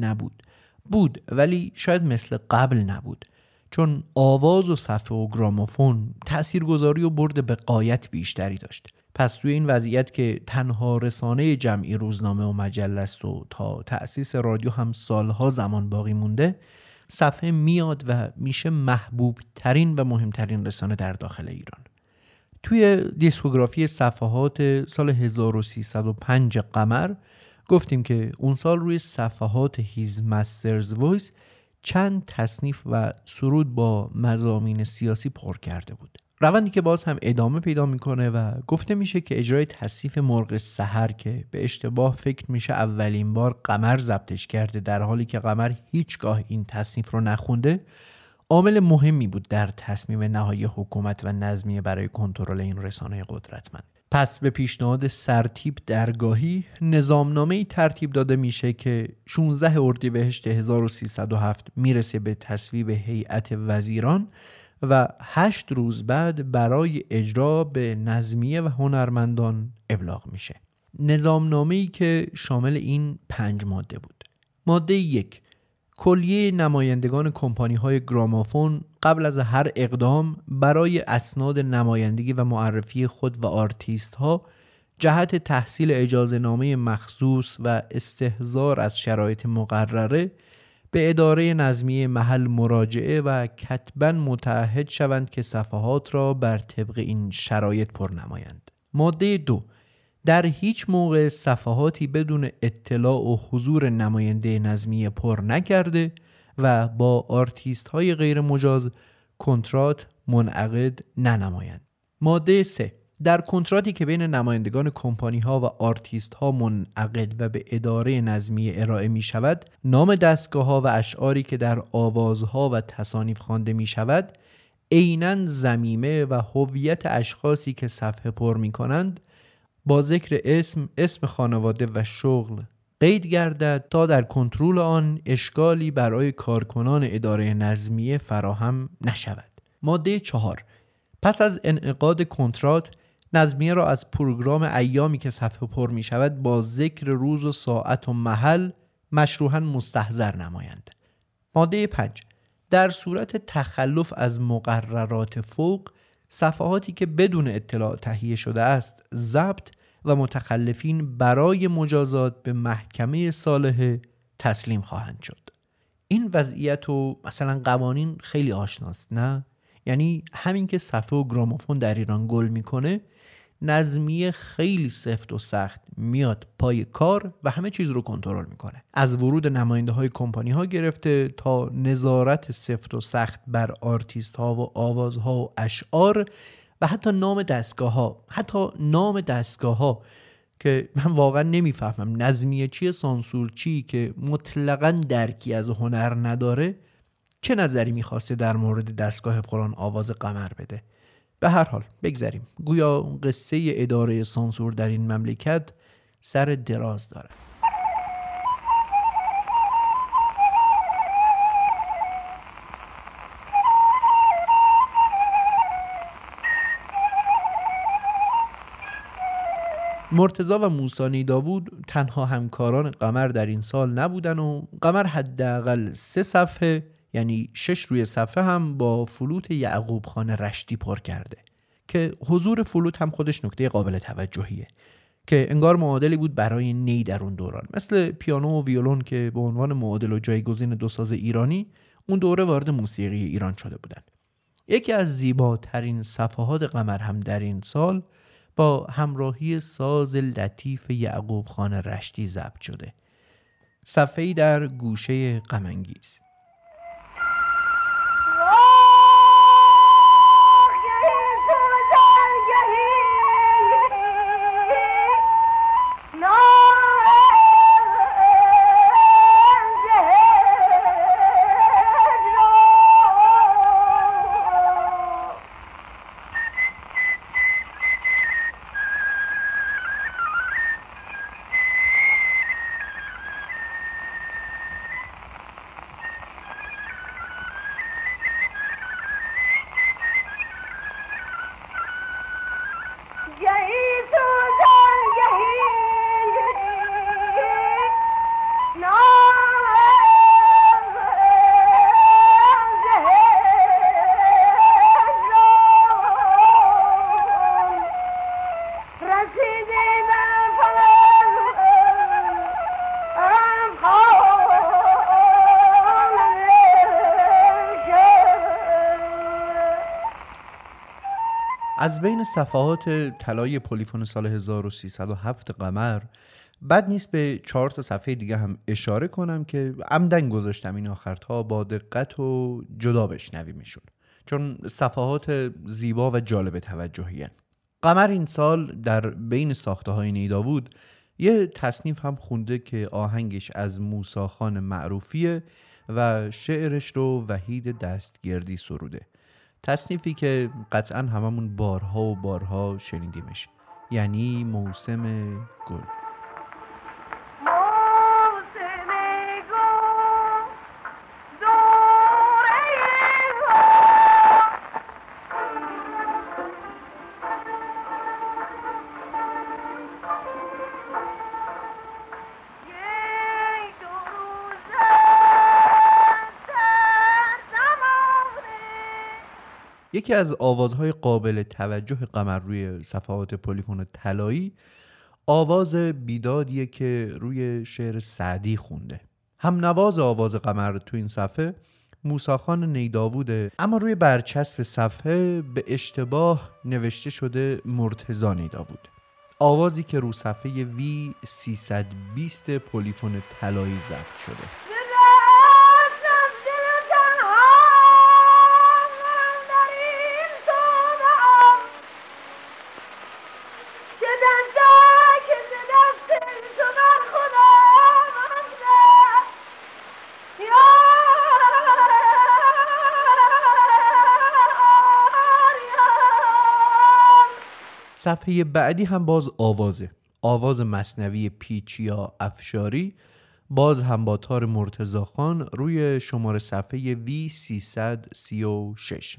بود ولی شاید مثل قبل نبود، چون آواز و صفحه و گرامافون تاثیرگذاری و برد به غایت بیشتری داشت. پس توی این وضعیت که تنها رسانه جمعی روزنامه و مجله است و تا تأسیس رادیو هم سالها زمان باقی مونده، صفحه میاد و میشه محبوب ترین و مهمترین رسانه در داخل ایران. توی دیسکوگرافی صفحات سال 1305 قمر گفتیم که اون سال روی صفحات هیز مسترز وایس چند تصنیف و سرود با مضامین سیاسی پر کرده بود. روندی که باز هم ادامه پیدا میکنه و گفته میشه که اجرای تصنیف مرغ سحر که به اشتباه فکر میشه اولین بار قمر ضبطش کرده در حالی که قمر هیچگاه این تصنیف رو نخونده، عامل مهمی بود در تصمیم نهایی حکومت و نظمیه برای کنترل این رسانه قدرتمند. پس به پیشنهاد سرتیپ درگاهی نظامنامه‌ای ترتیب داده میشه که 16 اردیبهشت 1307 میرسه به تصویب هیئت وزیران و 8 روز بعد برای اجرا به نظمیه و هنرمندان ابلاغ میشه. نظامنامه‌ای که شامل این 5 ماده بود. ماده 1: کلیه نمایندگان کمپانی‌های گرامافون قبل از هر اقدام برای اسناد نمایندگی و معرفی خود و آرتیست‌ها جهت تحصیل اجازه‌نامه مخصوص و استحضار از شرایط مقرره به اداره نظمیه محل مراجعه و کتباً متعهد شوند که صفحات را بر طبق این شرایط پر نمایند. ماده 2: در هیچ موقع صفحاتی بدون اطلاع و حضور نماینده نظمیه پر نکرده و با آرتیست های غیر مجاز کنترات منعقد ننمایند. ماده 3: در کنتراتی که بین نمایندگان کمپانی‌ها و آرتیست‌ها منعقد و به اداره نظمی ارائه می‌شود، نام دستگاه‌ها و اشعاری که در آوازها و تصانیف خوانده می‌شود عیناً ضمیمه و هویت اشخاصی که صفحه پر می‌کنند با ذکر اسم خانواده و شغل قید گردد تا در کنترل آن اشکالی برای کارکنان اداره نظمیه فراهم نشود. ماده 4. پس از انعقاد کنترات، نظمیه را از پروگرام ایامی که صفحه پر می شود با ذکر روز و ساعت و محل مشروحاً مستحضر نمایند. ماده 5. در صورت تخلف از مقررات فوق، صفحاتی که بدون اطلاع تهیه شده است ضبط و متخلفین برای مجازات به محکمه صالحه تسلیم خواهند شد. این وضعیت و مثلا قوانین خیلی آشناست، نه؟ یعنی همین که صفحه و گرامافون در ایران گل میکنه، نظمیه خیلی سفت و سخت میاد پای کار و همه چیز رو کنترل میکنه. از ورود نماینده های کمپانی ها گرفته تا نظارت سفت و سخت بر آرتیست ها و آوازها و اشعار و حتی نام دستگاه ها که من واقعا نمیفهمم نظمیه چیه، سانسور چی که مطلقاً درکی از هنر نداره چه نظری میخواسته در مورد دستگاه فلان آواز قمر بده. به هر حال بگذاریم، گویا قصه اداره سانسور در این مملکت سر دراز دارد. مرتضی و موسی نیداود تنها همکاران قمر در این سال نبودن و قمر حداقل 3 صفحه یعنی 6 روی صفحه هم با فلوت یعقوب خان رشتی پر کرده که حضور فلوت هم خودش نکته قابل توجهیه که انگار معادلی بود برای نی در اون دوران، مثل پیانو و ویولون که به عنوان معادل و جایگزین دو ساز ایرانی اون دوره وارد موسیقی ایران شده بودن. یکی از زیباترین صفحات قمر هم در این سال با همراهی ساز لطیف یعقوب خان رشتی ضبط شده. صفحه‌ای در گوشه غم انگیز. از بین صفحات طلای پلیفون سال 1307 قمر بد نیست به 4 تا صفحه دیگه هم اشاره کنم که عمدن گذاشتم این آخرها با دقت و جدا بشنویمشون چون صفحات زیبا و جالب توجهی هن. قمر این سال در بین ساخته های نیداود یه تصنیف هم خونده که آهنگش از موسی خان معروفیه و شعرش رو وحید دستگردی سروده. تصنیفی که قطعاً هممون بارها و بارها شنیدیمش، یعنی موسم گل. یکی از آوازهای قابل توجه قمر روی صفحات پلیفون طلایی آواز بیدادیه که روی شعر سعدی خونده. هم نواز آواز قمر تو این صفحه موسی خان نیداووده، اما روی برچسب صفحه به اشتباه نوشته شده مرتضی نیداوود. آوازی که رو صفحه وی 320 پلیفون طلایی ضبط شده. صفحه بعدی هم باز آواز مثنوی پیچ یا افشاری، باز هم با تار مرتضی خان روی شماره صفحه V336.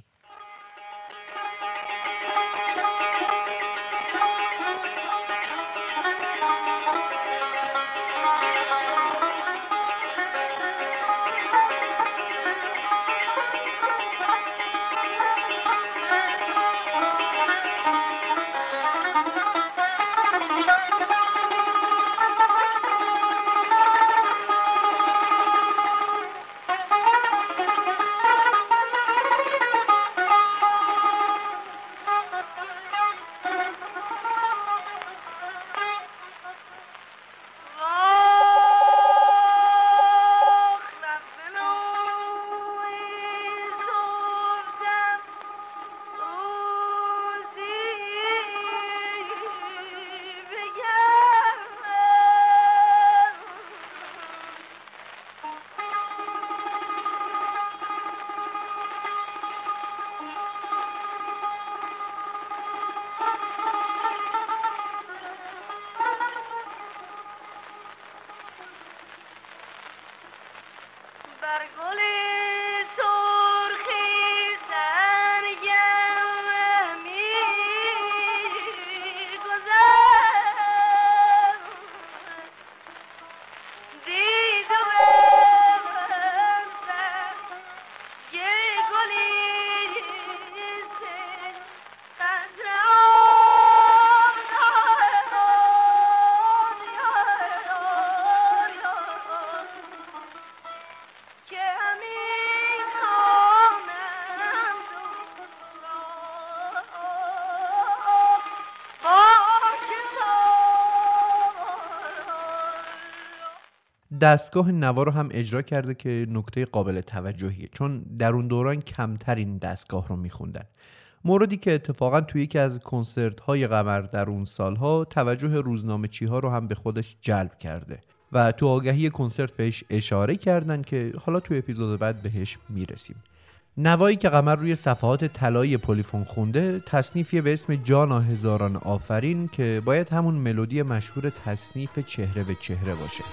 دستگاه نوا رو هم اجرا کرده که نکته قابل توجهیه، چون در اون دوران کمتر این دستگاه رو میخوندن. موردی که اتفاقا توی یکی از کنسرت های قمر در اون سالها توجه روزنامه‌چی ها رو هم به خودش جلب کرده و تو آگهی کنسرت بهش اشاره کردن که حالا تو اپیزود بعد بهش میرسیم. نوایی که قمر روی صفحات طلایی پلیفون خونده تصنیفی به اسم جانا هزاران آفرین که باید همون ملودی مشهور تصنیف چهره به چهره باشه.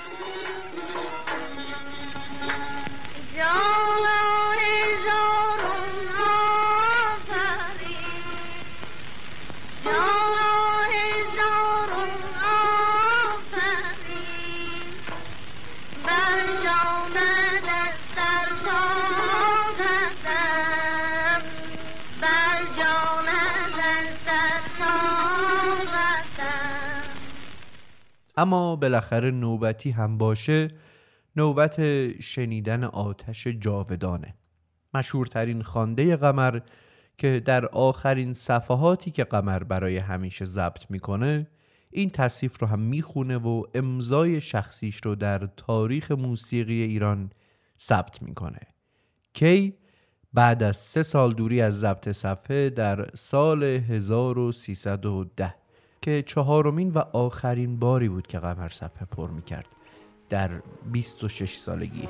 اما بالاخره نوبتی هم باشه، نوبت شنیدن آتش جاودانه، مشهورترین خوانده قمر که در آخرین صفحاتی که قمر برای همیشه ضبط میکنه این تصنیف رو هم میخونه و امضای شخصیش رو در تاریخ موسیقی ایران ثبت میکنه. کی؟ بعد از 3 سال دوری از ضبط صفحه در سال 1310 که 4مین و آخرین باری بود که قمر صفحه پر میکرد در 26 سالگی.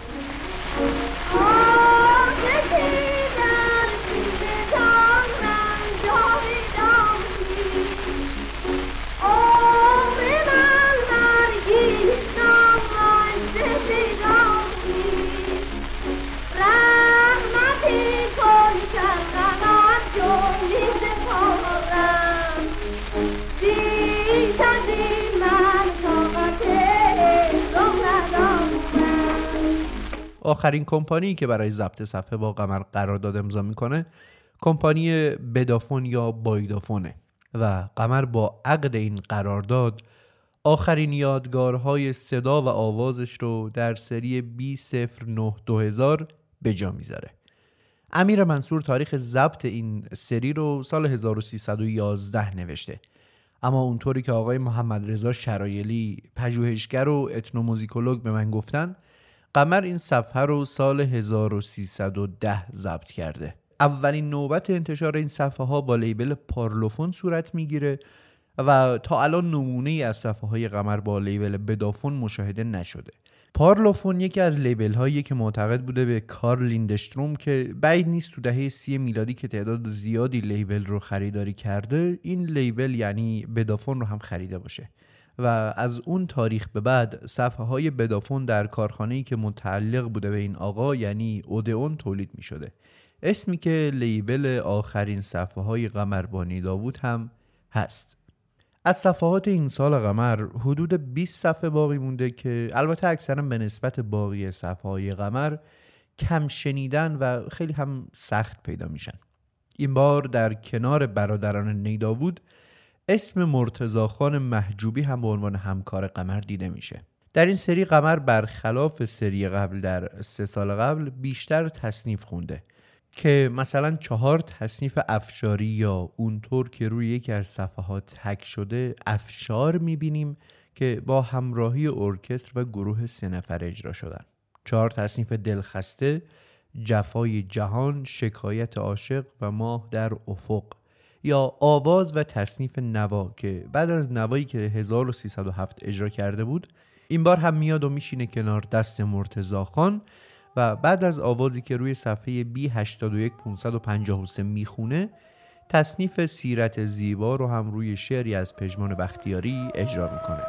آخرین کمپانی که برای ضبط صفحه با قمر قرارداد امضا میکنه کمپانی بدافون یا بایدافونه و قمر با عقد این قرارداد آخرین یادگارهای صدا و آوازش رو در سری B09-2000 به جا میذاره. امیر منصور تاریخ ضبط این سری رو سال 1311 نوشته، اما اونطوری که آقای محمد رضا شرایلی پژوهشگر و اتنوموزیکولوگ به من گفتن، قمر این صفحه رو سال 1310 ضبط کرده. اولین نوبت انتشار این صفحه ها با لیبل پارلوفون صورت میگیره و تا الان نمونه ای از صفحه های قمر با لیبل بدافون مشاهده نشده پارلوفون یکی از لیبل هایی که معتقد بوده به کارل لیندستروم که بعید نیست تو دهه 30 میلادی که تعداد زیادی لیبل رو خریداری کرده، این لیبل یعنی بدافون رو هم خریده باشه و از اون تاریخ به بعد صفحه های بدافون در کارخانه‌ای که متعلق بوده به این آقا یعنی اودئون تولید می شده. اسمی که لیبل آخرین صفحه های قمر بانی داوود هم هست. از صفحات این سال قمر حدود 20 صفحه باقی مونده که البته اکثرا به نسبت باقی صفحه های قمر کم شنیدن و خیلی هم سخت پیدا میشن. این بار در کنار برادران نیداوود اسم مرتضی خان محجوبی هم به عنوان همکار قمر دیده میشه. در این سری قمر برخلاف سری قبل در 3 سال قبل بیشتر تصنیف خونده که مثلا 4 تصنیف افشاری یا اونطور که روی یکی از صفحات حک شده افشار میبینیم که با همراهی ارکستر و گروه 3 نفره اجرا شدن. 4 تصنیف دلخسته، جفای جهان، شکایت عاشق و ماه در افق یا آواز و تصنیف نوا که بعد از نوایی که 1307 اجرا کرده بود این بار هم میاد و میشینه کنار دست مرتضی خان و بعد از آوازی که روی صفحه B81553 میخونه تصنیف سیرت زیبا رو هم روی شعری از پژمان بختیاری اجرا میکنه.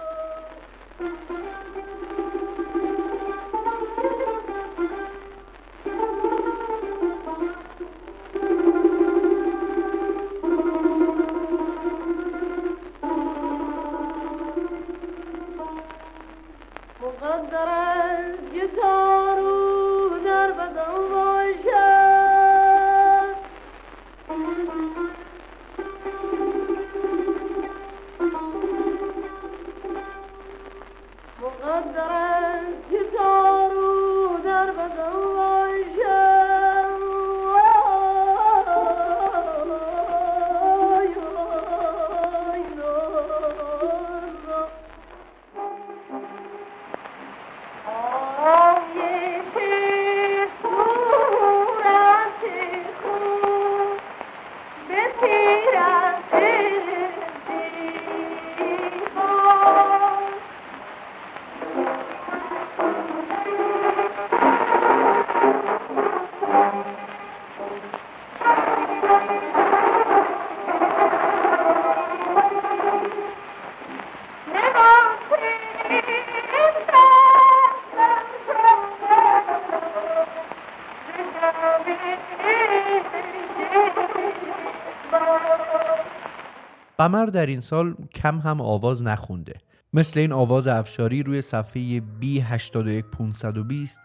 قمر در این سال کم هم آواز نخونده. مثل این آواز افشاری روی صفحه B81520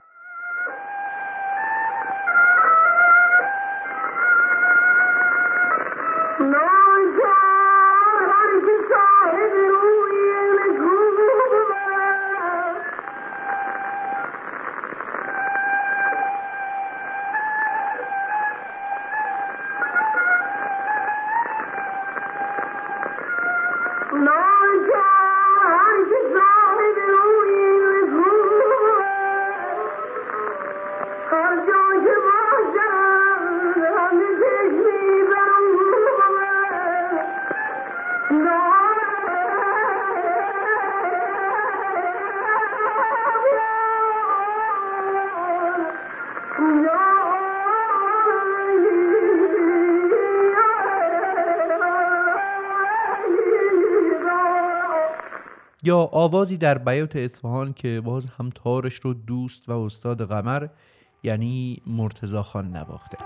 یا آوازی در بیات اصفهان که باز هم تارش رو دوست و استاد قمر یعنی مرتضی خان نواخته.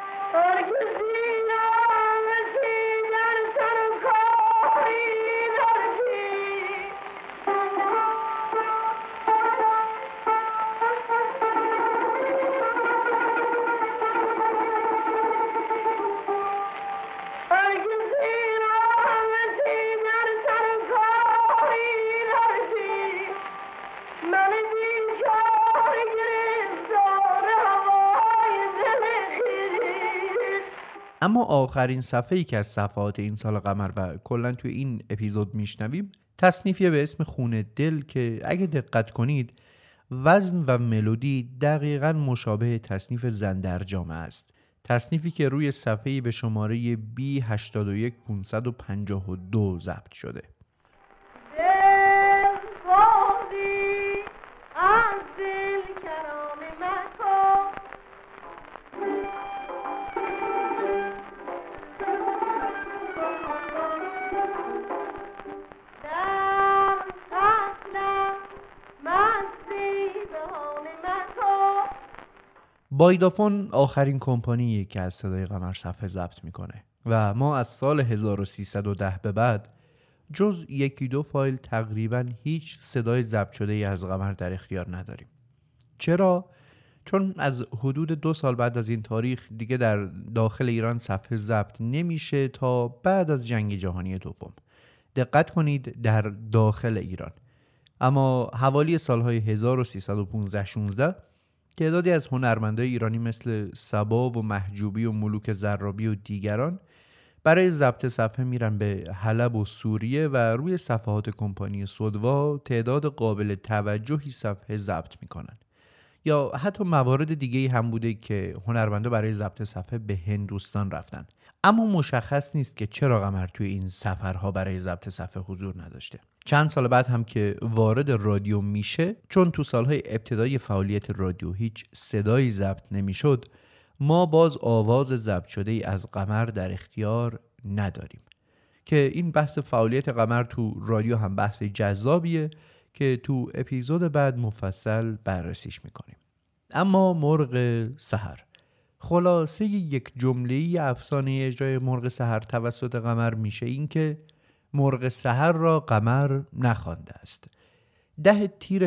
اما آخرین صفحه‌ای که از صفحات این سال قمر و کلاً توی این اپیزود میشنویم تصنیفیه به اسم خون دل که اگه دقت کنید وزن و ملودی دقیقاً مشابه تصنیف زندرجام است. تصنیفی که روی صفحه‌ای به شماره B81552 ضبط شده. دل بازی از وایدافون آخرین کمپانیه که از صدای قمر صفحه ضبط میکنه و ما از سال 1310 به بعد جز 1-2 فایل تقریبا هیچ صدای ضبط شده ای از قمر در اختیار نداریم. چرا؟ چون از حدود 2 سال بعد از این تاریخ دیگه در داخل ایران صفحه ضبط نمیشه تا بعد از جنگ جهانی دوم. دقت کنید، در داخل ایران. اما حوالی سالهای 1315-16 تعدادی از هنرمندای ایرانی مثل صبا و محجوبی و ملوک زرابی و دیگران برای ضبط صفحه میرن به حلب و سوریه و روی صفحات کمپانی سودوا تعداد قابل توجهی صفحه ضبط میکنن. یا حتی موارد دیگه‌ای هم بوده که هنرمندا برای ضبط صفحه به هندوستان رفتن. اما مشخص نیست که چرا قمر توی این سفرها برای ضبط صفحه حضور نداشته. چند سال بعد هم که وارد رادیو میشه، چون تو سالهای ابتدایی فعالیت رادیو هیچ صدایی ضبط نمیشد، ما باز آواز ضبط شده ای از قمر در اختیار نداریم. که این بحث فعالیت قمر تو رادیو هم بحث جذابیه که تو اپیزود بعد مفصل بررسیش میکنیم. اما مرغ سحر، خلاصه یک جمله‌ای افسانه اجرای مرغ سحر توسط قمر میشه این که مرغ سحر را قمر نخوانده است. 10 تیر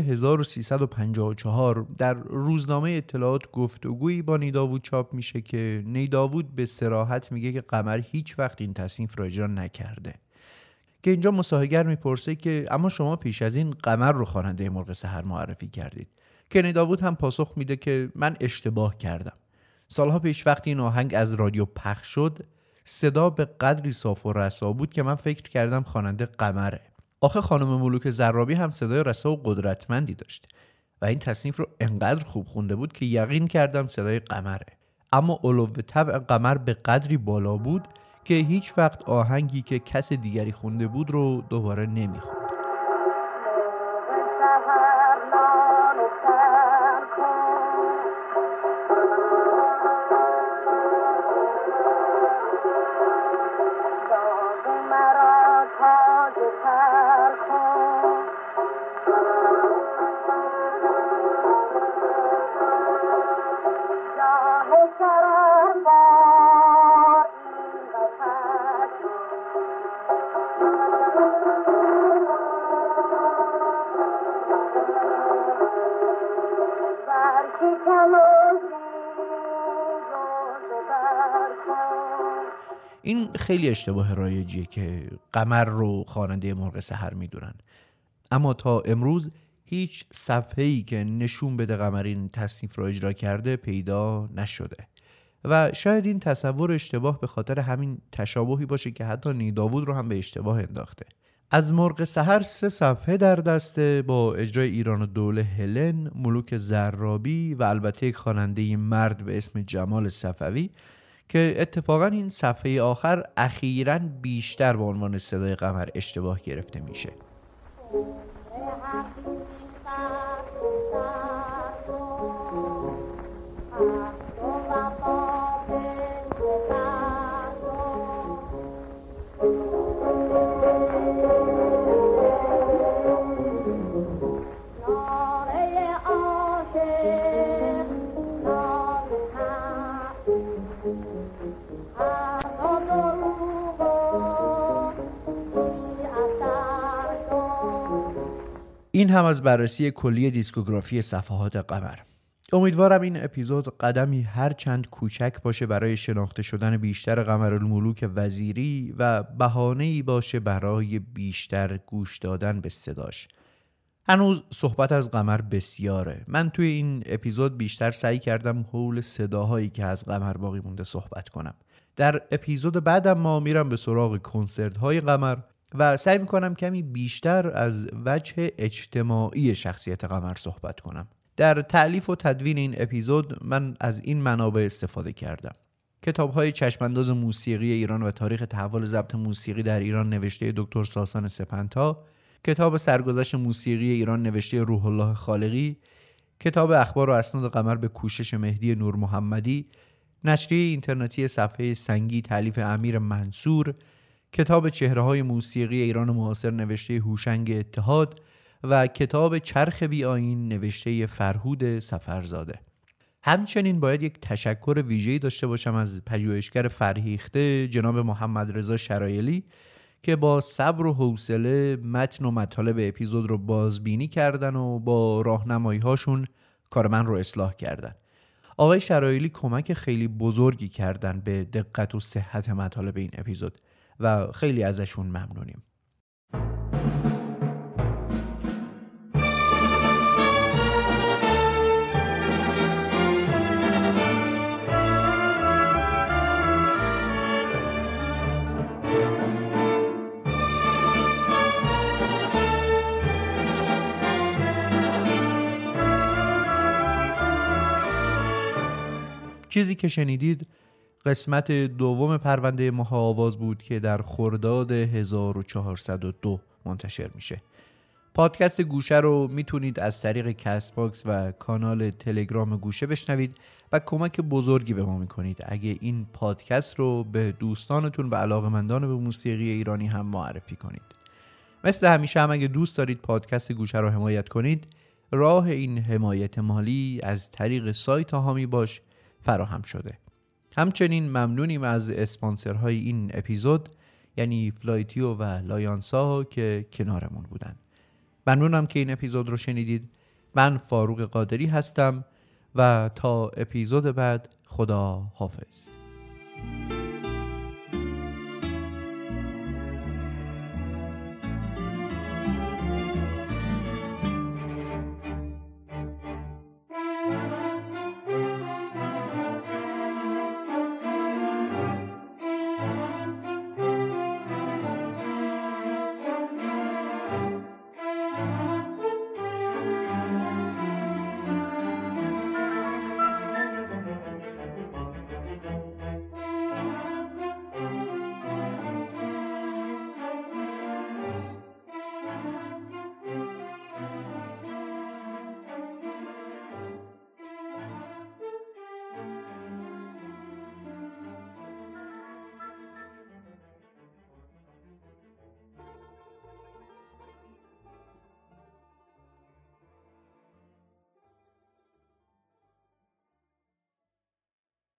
1354 در روزنامه اطلاعات گفتگویی با نیداوود چاپ میشه که نیداوود به صراحت میگه که قمر هیچ وقت این تصنیف را اجرا نکرده. که اینجا مصاحبه‌گر میپرسه که اما شما پیش از این قمر رو خواننده مرغ سحر معرفی کردید. که نیداوود هم پاسخ میده که من اشتباه کردم. سالها پیش وقتی این آهنگ از رادیو پخش شد، صدا به قدری صاف و رسا بود که من فکر کردم خواننده قمره. آخه خانم ملوک زرابی هم صدای رسا و قدرتمندی داشت و این تصنیف رو انقدر خوب خونده بود که یقین کردم صدای قمره. اما علو طبع قمر به قدری بالا بود که هیچ وقت آهنگی که کس دیگری خونده بود رو دوباره نمیخوند. این خیلی اشتباه رایجیه که قمر رو خواننده مرغ سحر میدونن. اما تا امروز هیچ صفحه‌ای که نشون بده قمر این تصنیف رو اجرا کرده پیدا نشده و شاید این تصور اشتباه به خاطر همین تشابهی باشه که حتی نیداوود رو هم به اشتباه انداخته. از مرغ سحر 3 صفحه در دسته با اجرای ایران و دوله هلن، ملوک زرابی و البته یک خواننده مرد به اسم جمال صفوی که اتفاقا این صفحه آخر اخیراً بیشتر به عنوان صدای قمر اشتباه گرفته میشه. این هم از بررسی کلی دیسکوگرافی صفحات قمر. امیدوارم این اپیزود قدمی هر چند کوچک باشه برای شناخته شدن بیشتر قمرالملوک وزیری و بهانه‌ای باشه برای بیشتر گوش دادن به صداش. هنوز صحبت از قمر بسیاره. من توی این اپیزود بیشتر سعی کردم حول صداهایی که از قمر باقی مونده صحبت کنم. در اپیزود بعدم ما میرم به سراغ کنسرت‌های قمر و سعی میکنم کمی بیشتر از وجه اجتماعی شخصیت قمر صحبت کنم. در تألیف و تدوین این اپیزود من از این منابع استفاده کردم. کتاب‌های چشمانداز موسیقی ایران و تاریخ تحول ضبط موسیقی در ایران نوشته دکتر ساسان سپنتا، کتاب سرگذشت موسیقی ایران نوشته روح الله خالقی، کتاب اخبار و اسناد قمر به کوشش مهدی نور محمدی، نشریه اینترنتی صفحه سنگی تألیف امیر منصور، کتاب چهره‌های موسیقی ایران معاصر نوشته هوشنگ اتحاد و کتاب چرخ بی آیین نوشته فرهود سفرزاده. همچنین باید یک تشکر ویژه‌ای داشته باشم از پژوهشگر فرهیخته جناب محمد رضا شرایلی که با صبر و حوصله متن و مطالب اپیزود رو بازبینی کردن و با راهنمایی‌هاشون کار من رو اصلاح کردن. آقای شرایلی کمک خیلی بزرگی کردن به دقت و صحت مطالب این اپیزود و خیلی ازشون ممنونیم. چیزی که شنیدید قسمت دوم پرونده ماه آواز بود که در خرداد 1402 منتشر میشه. پادکست گوشه رو میتونید از طریق کست باکس و کانال تلگرام گوشه بشنوید و کمک بزرگی به ما میکنید اگه این پادکست رو به دوستانتون و علاقه‌مندان به موسیقی ایرانی هم معرفی کنید. مثل همیشه هم اگه دوست دارید پادکست گوشه رو حمایت کنید، راه این حمایت مالی از طریق سایت هامی باش فراهم شده. همچنین ممنونیم از اسپانسرهای این اپیزود یعنی فلایتیو و لایانسا که کنارمون بودن. ممنونم که این اپیزود رو شنیدید. من فاروق قادری هستم و تا اپیزود بعد خدا حافظ.